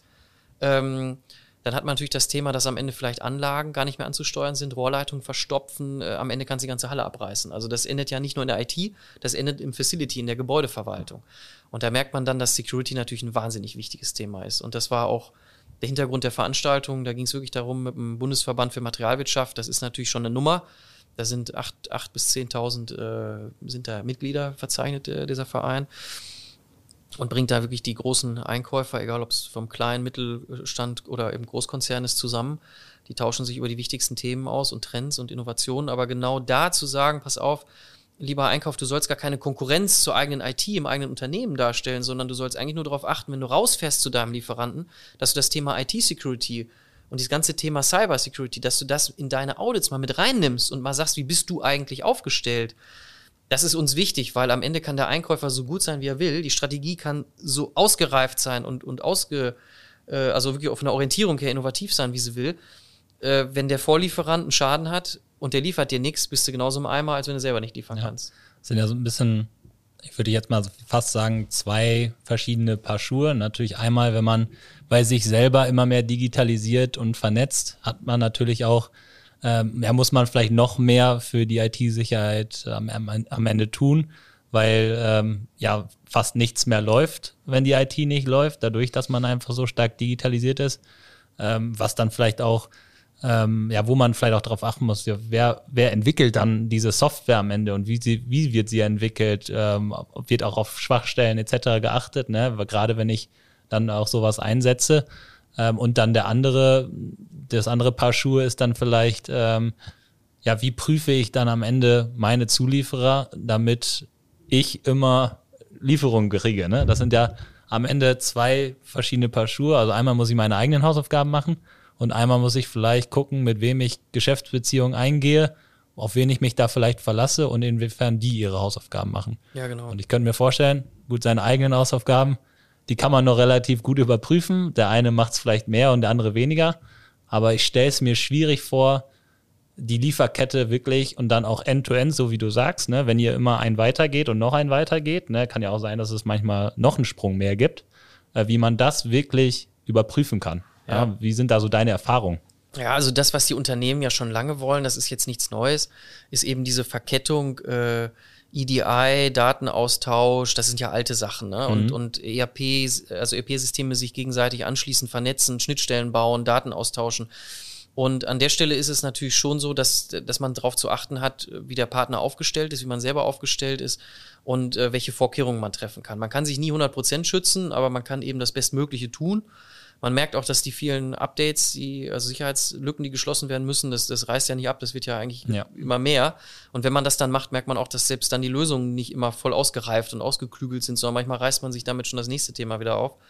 Speaker 3: Ähm, Dann hat man natürlich das Thema, dass am Ende vielleicht Anlagen gar nicht mehr anzusteuern sind, Rohrleitungen verstopfen, äh, am Ende kannst du die ganze Halle abreißen. Also das endet ja nicht nur in der I T, das endet im Facility, in der Gebäudeverwaltung. Und da merkt man dann, dass Security natürlich ein wahnsinnig wichtiges Thema ist. Und das war auch der Hintergrund der Veranstaltung. Da ging es wirklich darum, mit dem Bundesverband für Materialwirtschaft, das ist natürlich schon eine Nummer. Da sind acht bis zehntausend äh, sind da Mitglieder verzeichnet, äh, dieser Verein. Und bringt da wirklich die großen Einkäufer, egal ob es vom kleinen Mittelstand oder eben Großkonzern ist, zusammen. Die tauschen sich über die wichtigsten Themen aus und Trends und Innovationen. Aber genau da zu sagen, pass auf, lieber Einkauf, du sollst gar keine Konkurrenz zur eigenen I T im eigenen Unternehmen darstellen, sondern du sollst eigentlich nur darauf achten, wenn du rausfährst zu deinem Lieferanten, dass du das Thema I T-Security und das ganze Thema Cyber-Security, dass du das in deine Audits mal mit reinnimmst und mal sagst, wie bist du eigentlich aufgestellt? Das ist uns wichtig, weil am Ende kann der Einkäufer so gut sein, wie er will. Die Strategie kann so ausgereift sein und, und ausge, äh, also wirklich auf einer Orientierung her innovativ sein, wie sie will. Äh, wenn der Vorlieferant einen Schaden hat und der liefert dir nichts, bist du genauso im Eimer, als wenn du selber nicht liefern
Speaker 1: ja.
Speaker 3: kannst.
Speaker 1: Das sind ja so ein bisschen, ich würde jetzt mal fast sagen, zwei verschiedene Paar Schuhe. Natürlich einmal, wenn man bei sich selber immer mehr digitalisiert und vernetzt, hat man natürlich auch Ähm, ja, muss man vielleicht noch mehr für die I T-Sicherheit ähm, am, am Ende tun, weil ähm, ja fast nichts mehr läuft, wenn die I T nicht läuft, dadurch, dass man einfach so stark digitalisiert ist, ähm, was dann vielleicht auch, ähm, ja, wo man vielleicht auch darauf achten muss, ja, wer, wer entwickelt dann diese Software am Ende und wie, sie, wie wird sie entwickelt, ähm, wird auch auf Schwachstellen et cetera geachtet, ne? Weil gerade wenn ich dann auch sowas einsetze, ähm, und dann der andere, das andere Paar Schuhe ist dann vielleicht, ähm, ja, wie prüfe ich dann am Ende meine Zulieferer, damit ich immer Lieferungen kriege, ne? Das sind ja am Ende zwei verschiedene Paar Schuhe. Also einmal muss ich meine eigenen Hausaufgaben machen und einmal muss ich vielleicht gucken, mit wem ich Geschäftsbeziehungen eingehe, auf wen ich mich da vielleicht verlasse und inwiefern die ihre Hausaufgaben machen.
Speaker 3: Ja, genau.
Speaker 1: Und ich könnte mir vorstellen, gut, seine eigenen Hausaufgaben, die kann man noch relativ gut überprüfen. Der eine macht es vielleicht mehr und der andere weniger. Aber ich stelle es mir schwierig vor, die Lieferkette wirklich und dann auch End-to-End, so wie du sagst, ne, wenn ihr immer ein weitergeht und noch ein weitergeht, ne, kann ja auch sein, dass es manchmal noch einen Sprung mehr gibt, äh, wie man das wirklich überprüfen kann. Ja. Ja, wie sind da so deine Erfahrungen?
Speaker 3: Ja, also das, was die Unternehmen ja schon lange wollen, das ist jetzt nichts Neues, ist eben diese Verkettung, äh, E D I, Datenaustausch, das sind ja alte Sachen, ne? Und, mhm. und E R P, also E R P-Systeme sich gegenseitig anschließen, vernetzen, Schnittstellen bauen, Daten austauschen. Und an der Stelle ist es natürlich schon so, dass, dass man darauf zu achten hat, wie der Partner aufgestellt ist, wie man selber aufgestellt ist und äh, welche Vorkehrungen man treffen kann. Man kann sich nie hundert Prozent schützen, aber man kann eben das Bestmögliche tun. Man merkt auch, dass die vielen Updates, die, also Sicherheitslücken, die geschlossen werden müssen, das, das reißt ja nicht ab, das wird ja eigentlich ja. immer mehr. Und wenn man das dann macht, merkt man auch, dass selbst dann die Lösungen nicht immer voll ausgereift und ausgeklügelt sind, sondern manchmal reißt man sich damit schon das nächste Thema wieder auf.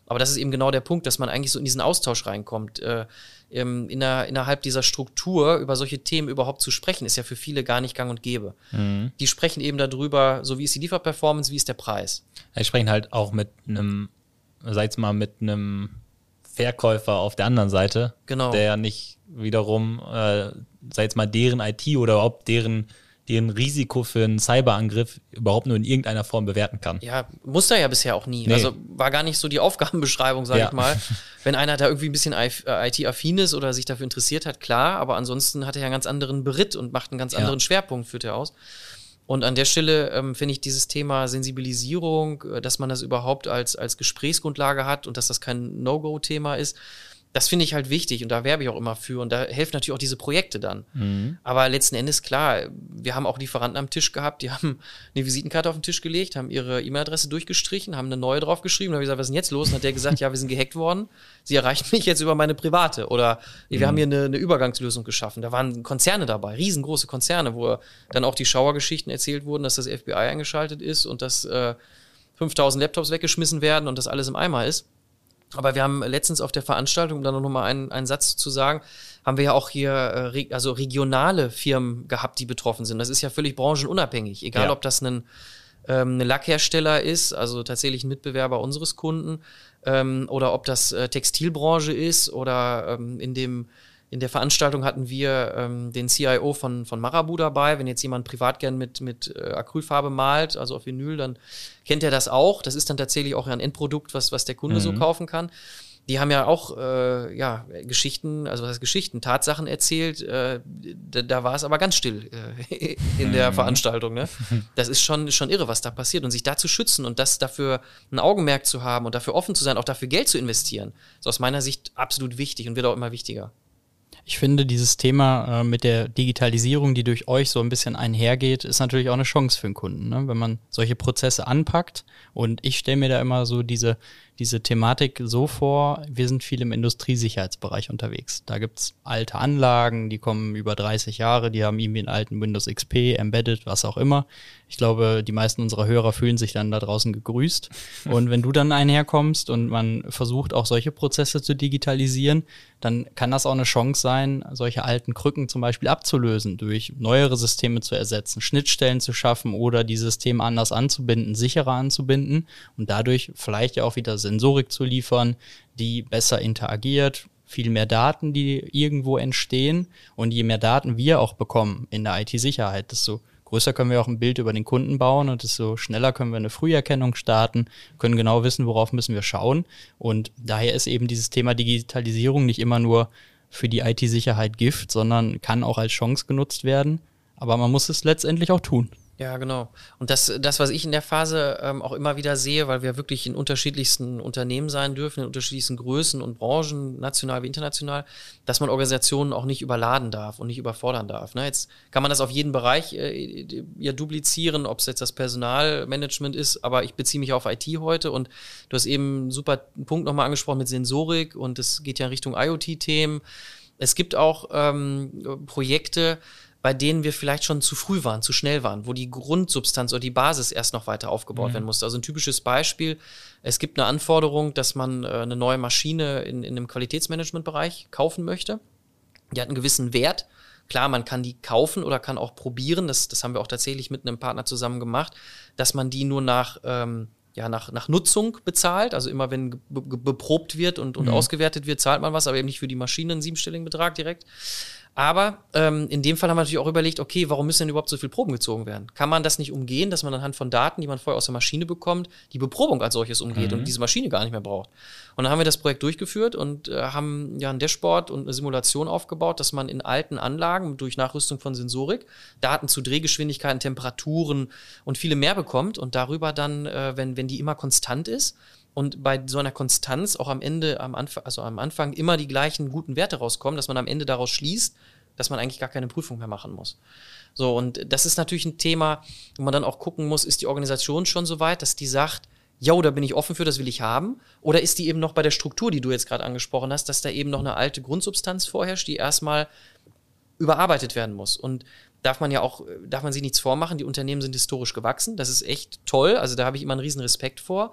Speaker 3: Aber das ist eben genau der Punkt, dass man eigentlich so in diesen Austausch reinkommt. Äh, ähm, in der, innerhalb dieser Struktur über solche Themen überhaupt zu sprechen, ist ja für viele gar nicht gang und gäbe. Mhm. Die sprechen eben darüber, so wie ist die Lieferperformance, wie ist der Preis.
Speaker 1: Ja, die sprechen halt auch mit einem, sag ich mal, mit einem Verkäufer auf der anderen Seite,
Speaker 3: genau.
Speaker 1: der ja nicht wiederum, äh, sag jetzt mal, deren I T oder überhaupt deren deren Risiko für einen Cyberangriff überhaupt nur in irgendeiner Form bewerten kann.
Speaker 3: Ja, muss er ja bisher auch nie.
Speaker 1: Nee.
Speaker 3: Also war gar nicht so die Aufgabenbeschreibung, sag
Speaker 1: ja.
Speaker 3: ich mal. Wenn einer da irgendwie ein bisschen I T-affin ist oder sich dafür interessiert hat, klar, aber ansonsten hat er ja einen ganz anderen Beritt und macht einen ganz anderen ja. Schwerpunkt, führt er aus. Und an der Stelle ähm, finde ich dieses Thema Sensibilisierung, äh, dass man das überhaupt als, als Gesprächsgrundlage hat und dass das kein No-Go-Thema ist, das finde ich halt wichtig und da werbe ich auch immer für und da helfen natürlich auch diese Projekte dann. Mhm. Aber letzten Endes, klar, wir haben auch Lieferanten am Tisch gehabt, die haben eine Visitenkarte auf den Tisch gelegt, haben ihre E-Mail-Adresse durchgestrichen, haben eine neue draufgeschrieben, da habe ich gesagt, was ist denn jetzt los? Und dann hat der gesagt, ja, wir sind gehackt worden, sie erreichen mich jetzt über meine private oder wir mhm. haben hier eine, eine Übergangslösung geschaffen. Da waren Konzerne dabei, riesengroße Konzerne, wo dann auch die Schauergeschichten erzählt wurden, dass das F B I eingeschaltet ist und dass äh, fünftausend Laptops weggeschmissen werden und das alles im Eimer ist. Aber wir haben letztens auf der Veranstaltung, um da noch mal einen, einen Satz zu sagen, haben wir ja auch hier äh, also regionale Firmen gehabt, die betroffen sind. Das ist ja völlig branchenunabhängig. Egal, ja. ob das ein ähm, ein Lackhersteller ist, also tatsächlich ein Mitbewerber unseres Kunden, ähm, oder ob das äh, Textilbranche ist oder ähm, in dem In der Veranstaltung hatten wir ähm, den C I O von, von Marabu dabei. Wenn jetzt jemand privat gern mit, mit äh, Acrylfarbe malt, also auf Vinyl, dann kennt er das auch. Das ist dann tatsächlich auch ein Endprodukt, was, was der Kunde mhm. so kaufen kann. Die haben ja auch äh, ja, Geschichten, also was heißt Geschichten, Tatsachen erzählt. Äh, da, da war es aber ganz still äh, in der mhm. Veranstaltung. Ne? Das ist schon, schon irre, was da passiert. Und sich da zu schützen und das dafür ein Augenmerk zu haben und dafür offen zu sein, auch dafür Geld zu investieren, ist aus meiner Sicht absolut wichtig und wird auch immer wichtiger.
Speaker 2: Ich finde, dieses Thema äh, mit der Digitalisierung, die durch euch so ein bisschen einhergeht, ist natürlich auch eine Chance für den Kunden, ne? Wenn man solche Prozesse anpackt. Und ich stelle mir da immer so diese, diese Thematik so vor, wir sind viel im Industriesicherheitsbereich unterwegs. Da gibt's alte Anlagen, die kommen über dreißig Jahre, die haben irgendwie einen alten Windows X P, Embedded, was auch immer. Ich glaube, die meisten unserer Hörer fühlen sich dann da draußen gegrüßt. Und wenn du dann einherkommst und man versucht, auch solche Prozesse zu digitalisieren, dann kann das auch eine Chance sein, solche alten Krücken zum Beispiel abzulösen, durch neuere Systeme zu ersetzen, Schnittstellen zu schaffen oder die Systeme anders anzubinden, sicherer anzubinden und dadurch vielleicht ja auch wieder Sensorik zu liefern, die besser interagiert, viel mehr Daten, die irgendwo entstehen. Und je mehr Daten wir auch bekommen in der I T-Sicherheit, desto größer können wir auch ein Bild über den Kunden bauen und desto schneller können wir eine Früherkennung starten, können genau wissen, worauf müssen wir schauen. Und daher ist eben dieses Thema Digitalisierung nicht immer nur für die I T-Sicherheit Gift, sondern kann auch als Chance genutzt werden. Aber man muss es letztendlich auch tun.
Speaker 3: Ja, genau. Und das, das, was ich in der Phase ähm, auch immer wieder sehe, weil wir wirklich in unterschiedlichsten Unternehmen sein dürfen, in unterschiedlichsten Größen und Branchen, national wie international, dass man Organisationen auch nicht überladen darf und nicht überfordern darf. Ne? Jetzt kann man das auf jeden Bereich äh, ja duplizieren, ob es jetzt das Personalmanagement ist, aber ich beziehe mich auf I T heute und du hast eben einen super Punkt nochmal angesprochen mit Sensorik und es geht ja in Richtung IoT-Themen. Es gibt auch ähm, Projekte, bei denen wir vielleicht schon zu früh waren, zu schnell waren, wo die Grundsubstanz oder die Basis erst noch weiter aufgebaut mhm. werden musste. Also ein typisches Beispiel, es gibt eine Anforderung, dass man äh, eine neue Maschine in, in einem Qualitätsmanagementbereich kaufen möchte. Die hat einen gewissen Wert. Klar, man kann die kaufen oder kann auch probieren, das, das haben wir auch tatsächlich mit einem Partner zusammen gemacht, dass man die nur nach, ähm, ja, nach, nach Nutzung bezahlt. Also immer wenn be- be- beprobt wird und, und mhm. ausgewertet wird, zahlt man was, aber eben nicht für die Maschine einen siebenstelligen Betrag direkt. Aber ähm, in dem Fall haben wir natürlich auch überlegt, okay, warum müssen denn überhaupt so viele Proben gezogen werden? Kann man das nicht umgehen, dass man anhand von Daten, die man vorher aus der Maschine bekommt, die Beprobung als solches umgeht mhm. und diese Maschine gar nicht mehr braucht? Und dann haben wir das Projekt durchgeführt und äh, haben ja ein Dashboard und eine Simulation aufgebaut, dass man in alten Anlagen durch Nachrüstung von Sensorik Daten zu Drehgeschwindigkeiten, Temperaturen und viele mehr bekommt und darüber dann, äh, wenn, wenn die immer konstant ist, und bei so einer Konstanz auch am Ende, am Anfang, also am Anfang immer die gleichen guten Werte rauskommen, dass man am Ende daraus schließt, dass man eigentlich gar keine Prüfung mehr machen muss. So, und das ist natürlich ein Thema, wo man dann auch gucken muss, ist die Organisation schon so weit, dass die sagt, jo, da bin ich offen für, das will ich haben? Oder ist die eben noch bei der Struktur, die du jetzt gerade angesprochen hast, dass da eben noch eine alte Grundsubstanz vorherrscht, die erstmal überarbeitet werden muss? Und darf man ja auch, darf man sich nichts vormachen, die Unternehmen sind historisch gewachsen, das ist echt toll, also da habe ich immer einen riesen Respekt vor.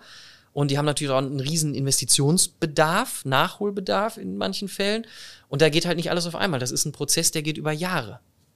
Speaker 3: Und die haben natürlich auch einen riesen Investitionsbedarf, Nachholbedarf in manchen Fällen. Und da geht halt nicht alles auf einmal. Das ist ein Prozess, der geht über Jahre.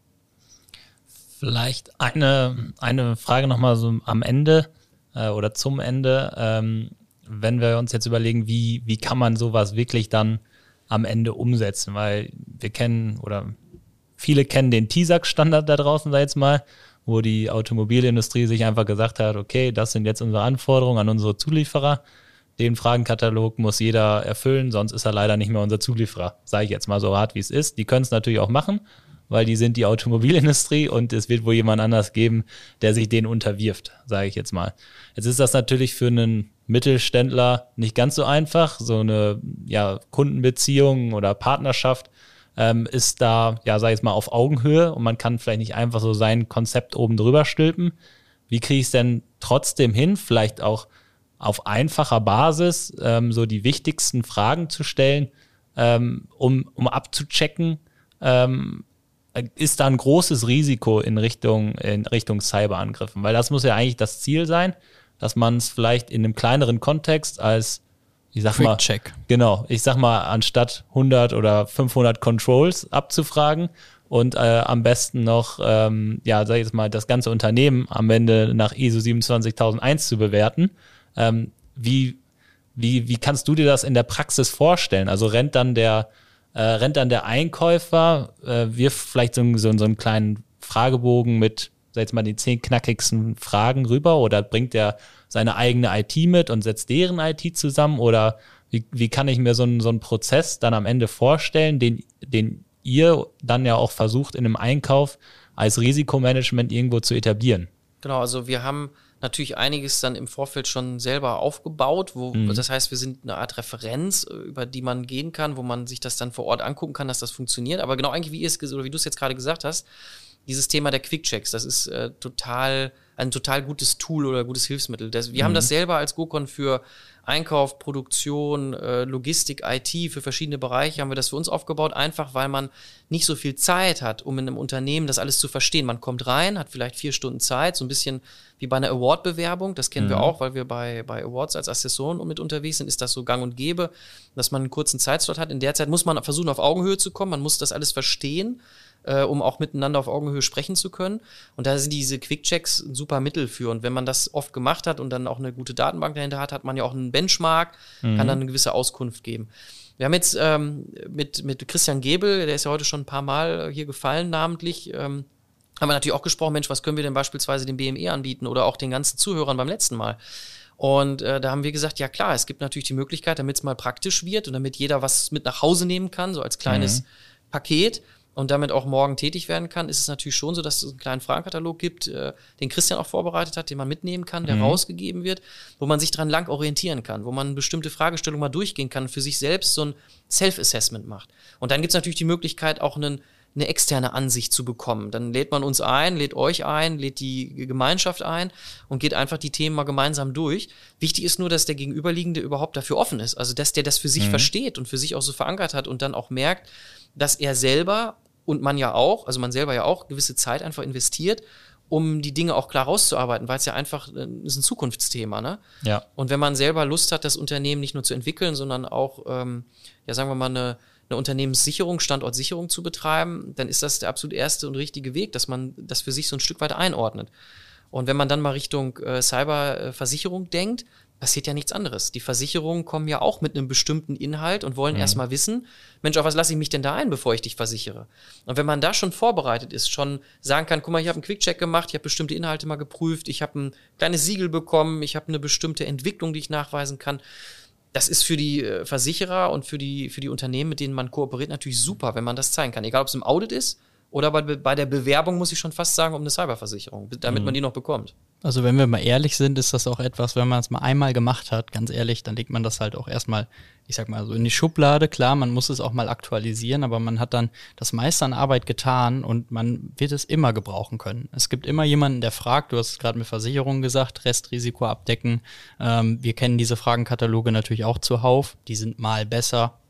Speaker 1: Vielleicht eine, eine Frage nochmal so am Ende äh, oder zum Ende. Ähm, wenn wir uns jetzt überlegen, wie, wie kann man sowas wirklich dann am Ende umsetzen? Weil wir kennen oder viele kennen den T I S A C-Standard da draußen, sag ich jetzt mal, wo die Automobilindustrie sich einfach gesagt hat, okay, das sind jetzt unsere Anforderungen an unsere Zulieferer. Den Fragenkatalog muss jeder erfüllen, sonst ist er leider nicht mehr unser Zulieferer. Sage ich jetzt mal so hart, wie es ist. Die können es natürlich auch machen, weil die sind die Automobilindustrie und es wird wohl jemand anders geben, der sich denen unterwirft, sage ich jetzt mal. Jetzt ist das natürlich für einen Mittelständler nicht ganz so einfach. So eine ja, Kundenbeziehung oder Partnerschaft ähm, ist da, ja, sage ich jetzt mal, auf Augenhöhe und man kann vielleicht nicht einfach so sein Konzept oben drüber stülpen. Wie kriege ich es denn trotzdem hin, vielleicht auch auf einfacher Basis ähm, so die wichtigsten Fragen zu stellen, ähm, um, um abzuchecken, ähm, ist da ein großes Risiko in Richtung, in Richtung Cyberangriffen? Weil das muss ja eigentlich das Ziel sein, dass man es vielleicht in einem kleineren Kontext als, ich sag mal,
Speaker 2: Quick-Check.
Speaker 1: Genau, ich sag mal, anstatt hundert oder fünfhundert Controls abzufragen und äh, am besten noch, ähm, ja, sag ich jetzt mal, das ganze Unternehmen am Ende nach I S O siebenundzwanzigtausendeins zu bewerten. Ähm, wie, wie, wie kannst du dir das in der Praxis vorstellen? Also rennt dann der Äh, rennt dann der Einkäufer, äh, wirft vielleicht so, so, so einen kleinen Fragebogen mit, sag jetzt mal, die zehn knackigsten Fragen rüber oder bringt er seine eigene I T mit und setzt deren I T zusammen oder wie, wie kann ich mir so einen, so einen Prozess dann am Ende vorstellen, den, den ihr dann ja auch versucht in einem Einkauf als Risikomanagement irgendwo zu etablieren?
Speaker 3: Genau, also wir haben natürlich einiges dann im Vorfeld schon selber aufgebaut, wo, mhm. das heißt, wir sind eine Art Referenz, über die man gehen kann, wo man sich das dann vor Ort angucken kann, dass das funktioniert. Aber genau eigentlich, wie ihr es oder wie du es jetzt gerade gesagt hast, dieses Thema der Quick-Checks, das ist äh, total ein total gutes Tool oder gutes Hilfsmittel. Das, wir mhm. haben das selber als GoCon für Einkauf, Produktion, äh, Logistik, I T, für verschiedene Bereiche haben wir das für uns aufgebaut, einfach weil man nicht so viel Zeit hat, um in einem Unternehmen das alles zu verstehen. Man kommt rein, hat vielleicht vier Stunden Zeit, so ein bisschen wie bei einer Award-Bewerbung, das kennen mhm. wir auch, weil wir bei, bei Awards als Assessoren mit unterwegs sind, ist das so gang und gäbe, dass man einen kurzen Zeitslot hat. In der Zeit muss man versuchen, auf Augenhöhe zu kommen, man muss das alles verstehen, äh, um auch miteinander auf Augenhöhe sprechen zu können. Und da sind diese Quick-Checks ein super Mittel für. Und wenn man das oft gemacht hat und dann auch eine gute Datenbank dahinter hat, hat man ja auch einen Benchmark, mhm. kann dann eine gewisse Auskunft geben. Wir haben jetzt ähm, mit, mit Christian Gebel, der ist ja heute schon ein paar Mal hier gefallen, namentlich, ähm, haben wir natürlich auch gesprochen, Mensch, was können wir denn beispielsweise dem B M E anbieten oder auch den ganzen Zuhörern beim letzten Mal? Und äh, da haben wir gesagt, ja klar, es gibt natürlich die Möglichkeit, damit es mal praktisch wird und damit jeder was mit nach Hause nehmen kann, so als kleines mhm. Paket und damit auch morgen tätig werden kann, ist es natürlich schon so, dass es einen kleinen Fragenkatalog gibt, äh, den Christian auch vorbereitet hat, den man mitnehmen kann, der mhm. rausgegeben wird, wo man sich dran lang orientieren kann, wo man bestimmte Fragestellungen mal durchgehen kann, für sich selbst so ein Self-Assessment macht. Und dann gibt es natürlich die Möglichkeit, auch einen eine externe Ansicht zu bekommen. Dann lädt man uns ein, lädt euch ein, lädt die Gemeinschaft ein und geht einfach die Themen mal gemeinsam durch. Wichtig ist nur, dass der Gegenüberliegende überhaupt dafür offen ist. Also, dass der das für sich mhm. versteht und für sich auch so verankert hat und dann auch merkt, dass er selber und man ja auch, also man selber ja auch, gewisse Zeit einfach investiert, um die Dinge auch klar rauszuarbeiten, weil es ja einfach äh, ist ein Zukunftsthema, ne?
Speaker 1: Ja.
Speaker 3: Und wenn man selber Lust hat, das Unternehmen nicht nur zu entwickeln, sondern auch, ähm, ja, sagen wir mal, eine eine Unternehmenssicherung, Standortsicherung zu betreiben, dann ist das der absolut erste und richtige Weg, dass man das für sich so ein Stück weit einordnet. Und wenn man dann mal Richtung äh, Cyberversicherung denkt, passiert ja nichts anderes. Die Versicherungen kommen ja auch mit einem bestimmten Inhalt und wollen mhm. erstmal wissen, Mensch, auf was lasse ich mich denn da ein, bevor ich dich versichere? Und wenn man da schon vorbereitet ist, schon sagen kann, guck mal, ich habe einen Quick-Check gemacht, ich habe bestimmte Inhalte mal geprüft, ich habe ein kleines Siegel bekommen, ich habe eine bestimmte Entwicklung, die ich nachweisen kann. Das ist für die Versicherer und für die, für die Unternehmen, mit denen man kooperiert, natürlich super, wenn man das zeigen kann. Egal, ob es im Audit ist oder bei, bei der Bewerbung, muss ich schon fast sagen, um eine Cyberversicherung, damit mhm. man die noch bekommt.
Speaker 2: Also wenn wir mal ehrlich sind, ist das auch etwas, wenn man es mal einmal gemacht hat, ganz ehrlich, dann legt man das halt auch erstmal, ich sag mal so in die Schublade. Klar, man muss es auch mal aktualisieren, aber man hat dann das meiste an Arbeit getan und man wird es immer gebrauchen können. Es gibt immer jemanden, der fragt, du hast es gerade mit Versicherungen gesagt, Restrisiko abdecken. Ähm, wir kennen diese Fragenkataloge natürlich auch zuhauf. Die sind mal besser,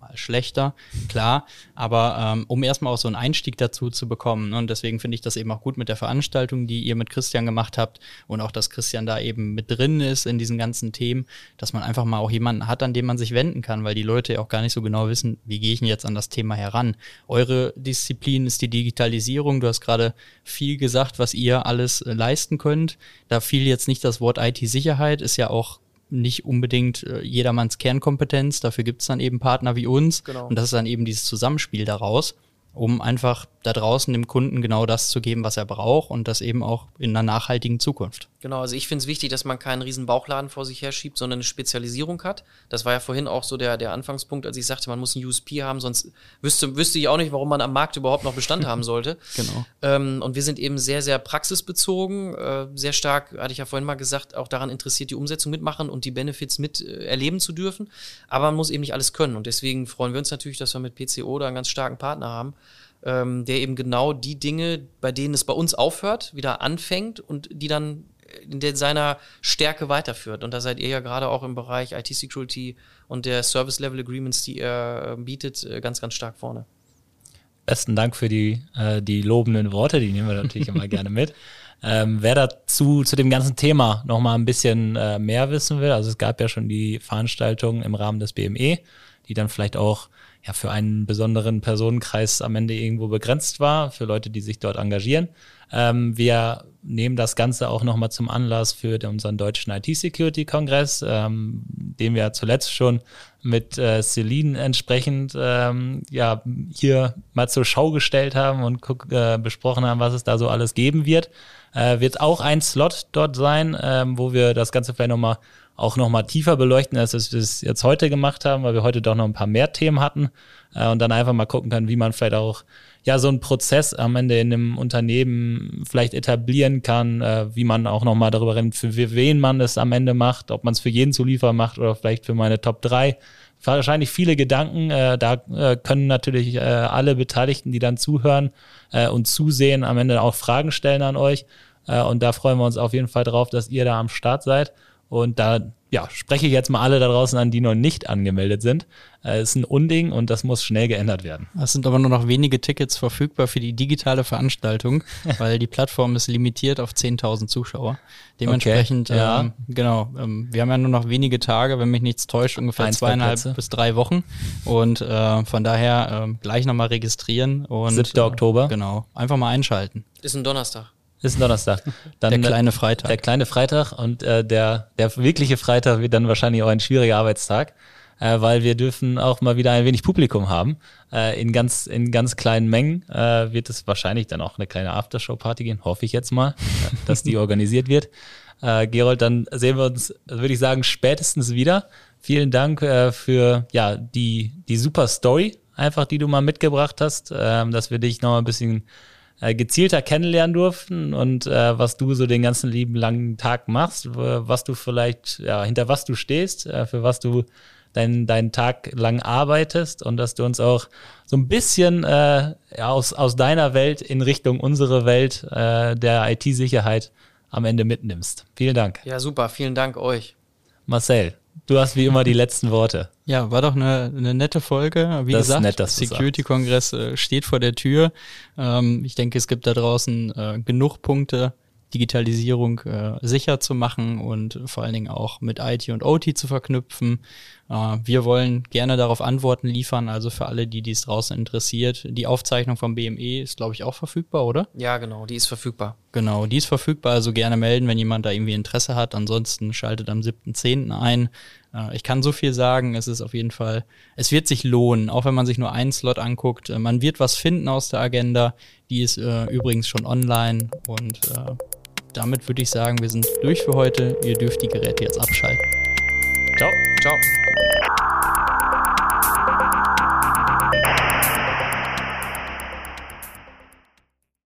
Speaker 2: mal schlechter, klar, aber ähm, um erstmal auch so einen Einstieg dazu zu bekommen, ne? Und deswegen finde ich das eben auch gut mit der Veranstaltung, die ihr mit Christian gemacht habt und auch, dass Christian da eben mit drin ist in diesen ganzen Themen, dass man einfach mal auch jemanden hat, an den man sich wenden kann, weil die Leute ja auch gar nicht so genau wissen, wie gehe ich denn jetzt an das Thema heran. Eure Disziplin ist die Digitalisierung, du hast gerade viel gesagt, was ihr alles äh, leisten könnt. Da fiel jetzt nicht das Wort I T-Sicherheit, ist ja auch nicht unbedingt äh, jedermanns Kernkompetenz, dafür gibt es dann eben Partner wie uns,
Speaker 3: Genau.
Speaker 2: Und das ist dann eben dieses Zusammenspiel daraus, um einfach da draußen dem Kunden genau das zu geben, was er braucht und das eben auch in einer nachhaltigen Zukunft.
Speaker 3: Genau, also ich finde es wichtig, dass man keinen riesen Bauchladen vor sich herschiebt, sondern eine Spezialisierung hat. Das war ja vorhin auch so der, der Anfangspunkt, als ich sagte, man muss einen U S P haben, sonst wüsste, wüsste ich auch nicht, warum man am Markt überhaupt noch Bestand haben sollte.
Speaker 2: Genau.
Speaker 3: Ähm, und wir sind eben sehr, sehr praxisbezogen, äh, sehr stark, hatte ich ja vorhin mal gesagt, auch daran interessiert, die Umsetzung mitmachen und die Benefits mit äh, erleben zu dürfen. Aber man muss eben nicht alles können. Und deswegen freuen wir uns natürlich, dass wir mit P C O da einen ganz starken Partner haben, ähm, der eben genau die Dinge, bei denen es bei uns aufhört, wieder anfängt und die dann in der, seiner Stärke weiterführt. Und da seid ihr ja gerade auch im Bereich I T-Security und der Service-Level-Agreements, die ihr äh, bietet, äh, ganz, ganz stark vorne.
Speaker 1: Besten Dank für die, äh, die lobenden Worte, die nehmen wir natürlich immer gerne mit. Ähm, wer dazu zu dem ganzen Thema noch mal ein bisschen äh, mehr wissen will, also es gab ja schon die Veranstaltung im Rahmen des B M E, die dann vielleicht auch ja für einen besonderen Personenkreis am Ende irgendwo begrenzt war, für Leute, die sich dort engagieren. Ähm, wir nehmen das Ganze auch nochmal zum Anlass für den, unseren deutschen I T-Security-Kongress, ähm, den wir zuletzt schon mit äh, Celine entsprechend ähm, ja hier mal zur Schau gestellt haben und guck, äh, besprochen haben, was es da so alles geben wird. Äh, wird auch ein Slot dort sein, ähm, wo wir das Ganze vielleicht nochmal auch nochmal tiefer beleuchten, als wir es jetzt heute gemacht haben, weil wir heute doch noch ein paar mehr Themen hatten äh, und dann einfach mal gucken können, wie man vielleicht auch ja so einen Prozess am Ende in einem Unternehmen vielleicht etablieren kann, äh, wie man auch nochmal darüber redet, für wen man es am Ende macht, ob man es für jeden Zulieferer macht oder vielleicht für meine Top drei. Wahrscheinlich viele Gedanken, äh, da äh, können natürlich äh, alle Beteiligten, die dann zuhören äh, und zusehen, am Ende auch Fragen stellen an euch äh, und da freuen wir uns auf jeden Fall drauf, dass ihr da am Start seid. Und da ja, spreche ich jetzt mal alle da draußen an, die noch nicht angemeldet sind. Es äh, ist ein Unding und das muss schnell geändert werden.
Speaker 2: Es sind aber nur noch wenige Tickets verfügbar für die digitale Veranstaltung, weil die Plattform ist limitiert auf zehntausend Zuschauer. Dementsprechend,
Speaker 1: okay, ja.
Speaker 2: ähm, genau, ähm, wir haben ja nur noch wenige Tage, wenn mich nichts täuscht, ungefähr
Speaker 1: Ein, zwei
Speaker 2: zweieinhalb
Speaker 1: Plätze.
Speaker 2: bis drei Wochen. Und äh, von daher äh, gleich nochmal registrieren. Und
Speaker 1: siebter Oktober.
Speaker 2: Äh, genau, einfach mal einschalten.
Speaker 3: Ist ein Donnerstag.
Speaker 1: Ist ein Donnerstag. Dann,
Speaker 2: Der kleine Freitag.
Speaker 1: Der kleine Freitag und äh, der, der wirkliche Freitag wird dann wahrscheinlich auch ein schwieriger Arbeitstag, äh, weil wir dürfen auch mal wieder ein wenig Publikum haben. Äh, in ganz in ganz kleinen Mengen äh, wird es wahrscheinlich dann auch eine kleine Aftershow-Party gehen, hoffe ich jetzt mal, äh, dass die organisiert wird. Äh, Gerold, dann sehen wir uns, würde ich sagen, spätestens wieder. Vielen Dank äh, für ja die, die super Story, einfach die du mal mitgebracht hast, äh, dass wir dich noch mal ein bisschen gezielter kennenlernen durften und äh, was du so den ganzen lieben langen Tag machst, was du vielleicht, ja, hinter was du stehst, äh, für was du deinen deinen Tag lang arbeitest und dass du uns auch so ein bisschen äh, ja, aus, aus deiner Welt in Richtung unsere Welt äh, der I T-Sicherheit am Ende mitnimmst. Vielen Dank.
Speaker 3: Ja, super. Vielen Dank euch.
Speaker 1: Marcel, du hast wie immer die letzten Worte.
Speaker 2: Ja, war doch eine, eine nette Folge. Wie
Speaker 1: das
Speaker 2: gesagt,
Speaker 1: nett,
Speaker 2: Security-Kongress äh, steht vor der Tür. Ähm, ich denke, es gibt da draußen äh, genug Punkte, Digitalisierung äh, sicher zu machen und vor allen Dingen auch mit I T und O T zu verknüpfen. Äh, wir wollen gerne darauf Antworten liefern, also für alle, die dies draußen interessiert. Die Aufzeichnung vom B M E ist, glaube ich, auch verfügbar, oder?
Speaker 3: Ja, genau, die ist verfügbar.
Speaker 2: Genau, die ist verfügbar, also gerne melden, wenn jemand da irgendwie Interesse hat. Ansonsten schaltet am siebten zehnten ein. Äh, ich kann so viel sagen, es ist auf jeden Fall, es wird sich lohnen, auch wenn man sich nur einen Slot anguckt. Äh, man wird was finden aus der Agenda, die ist äh, übrigens schon online und äh, damit würde ich sagen, wir sind durch für heute. Ihr dürft die Geräte jetzt abschalten.
Speaker 1: Ciao.
Speaker 3: Ciao.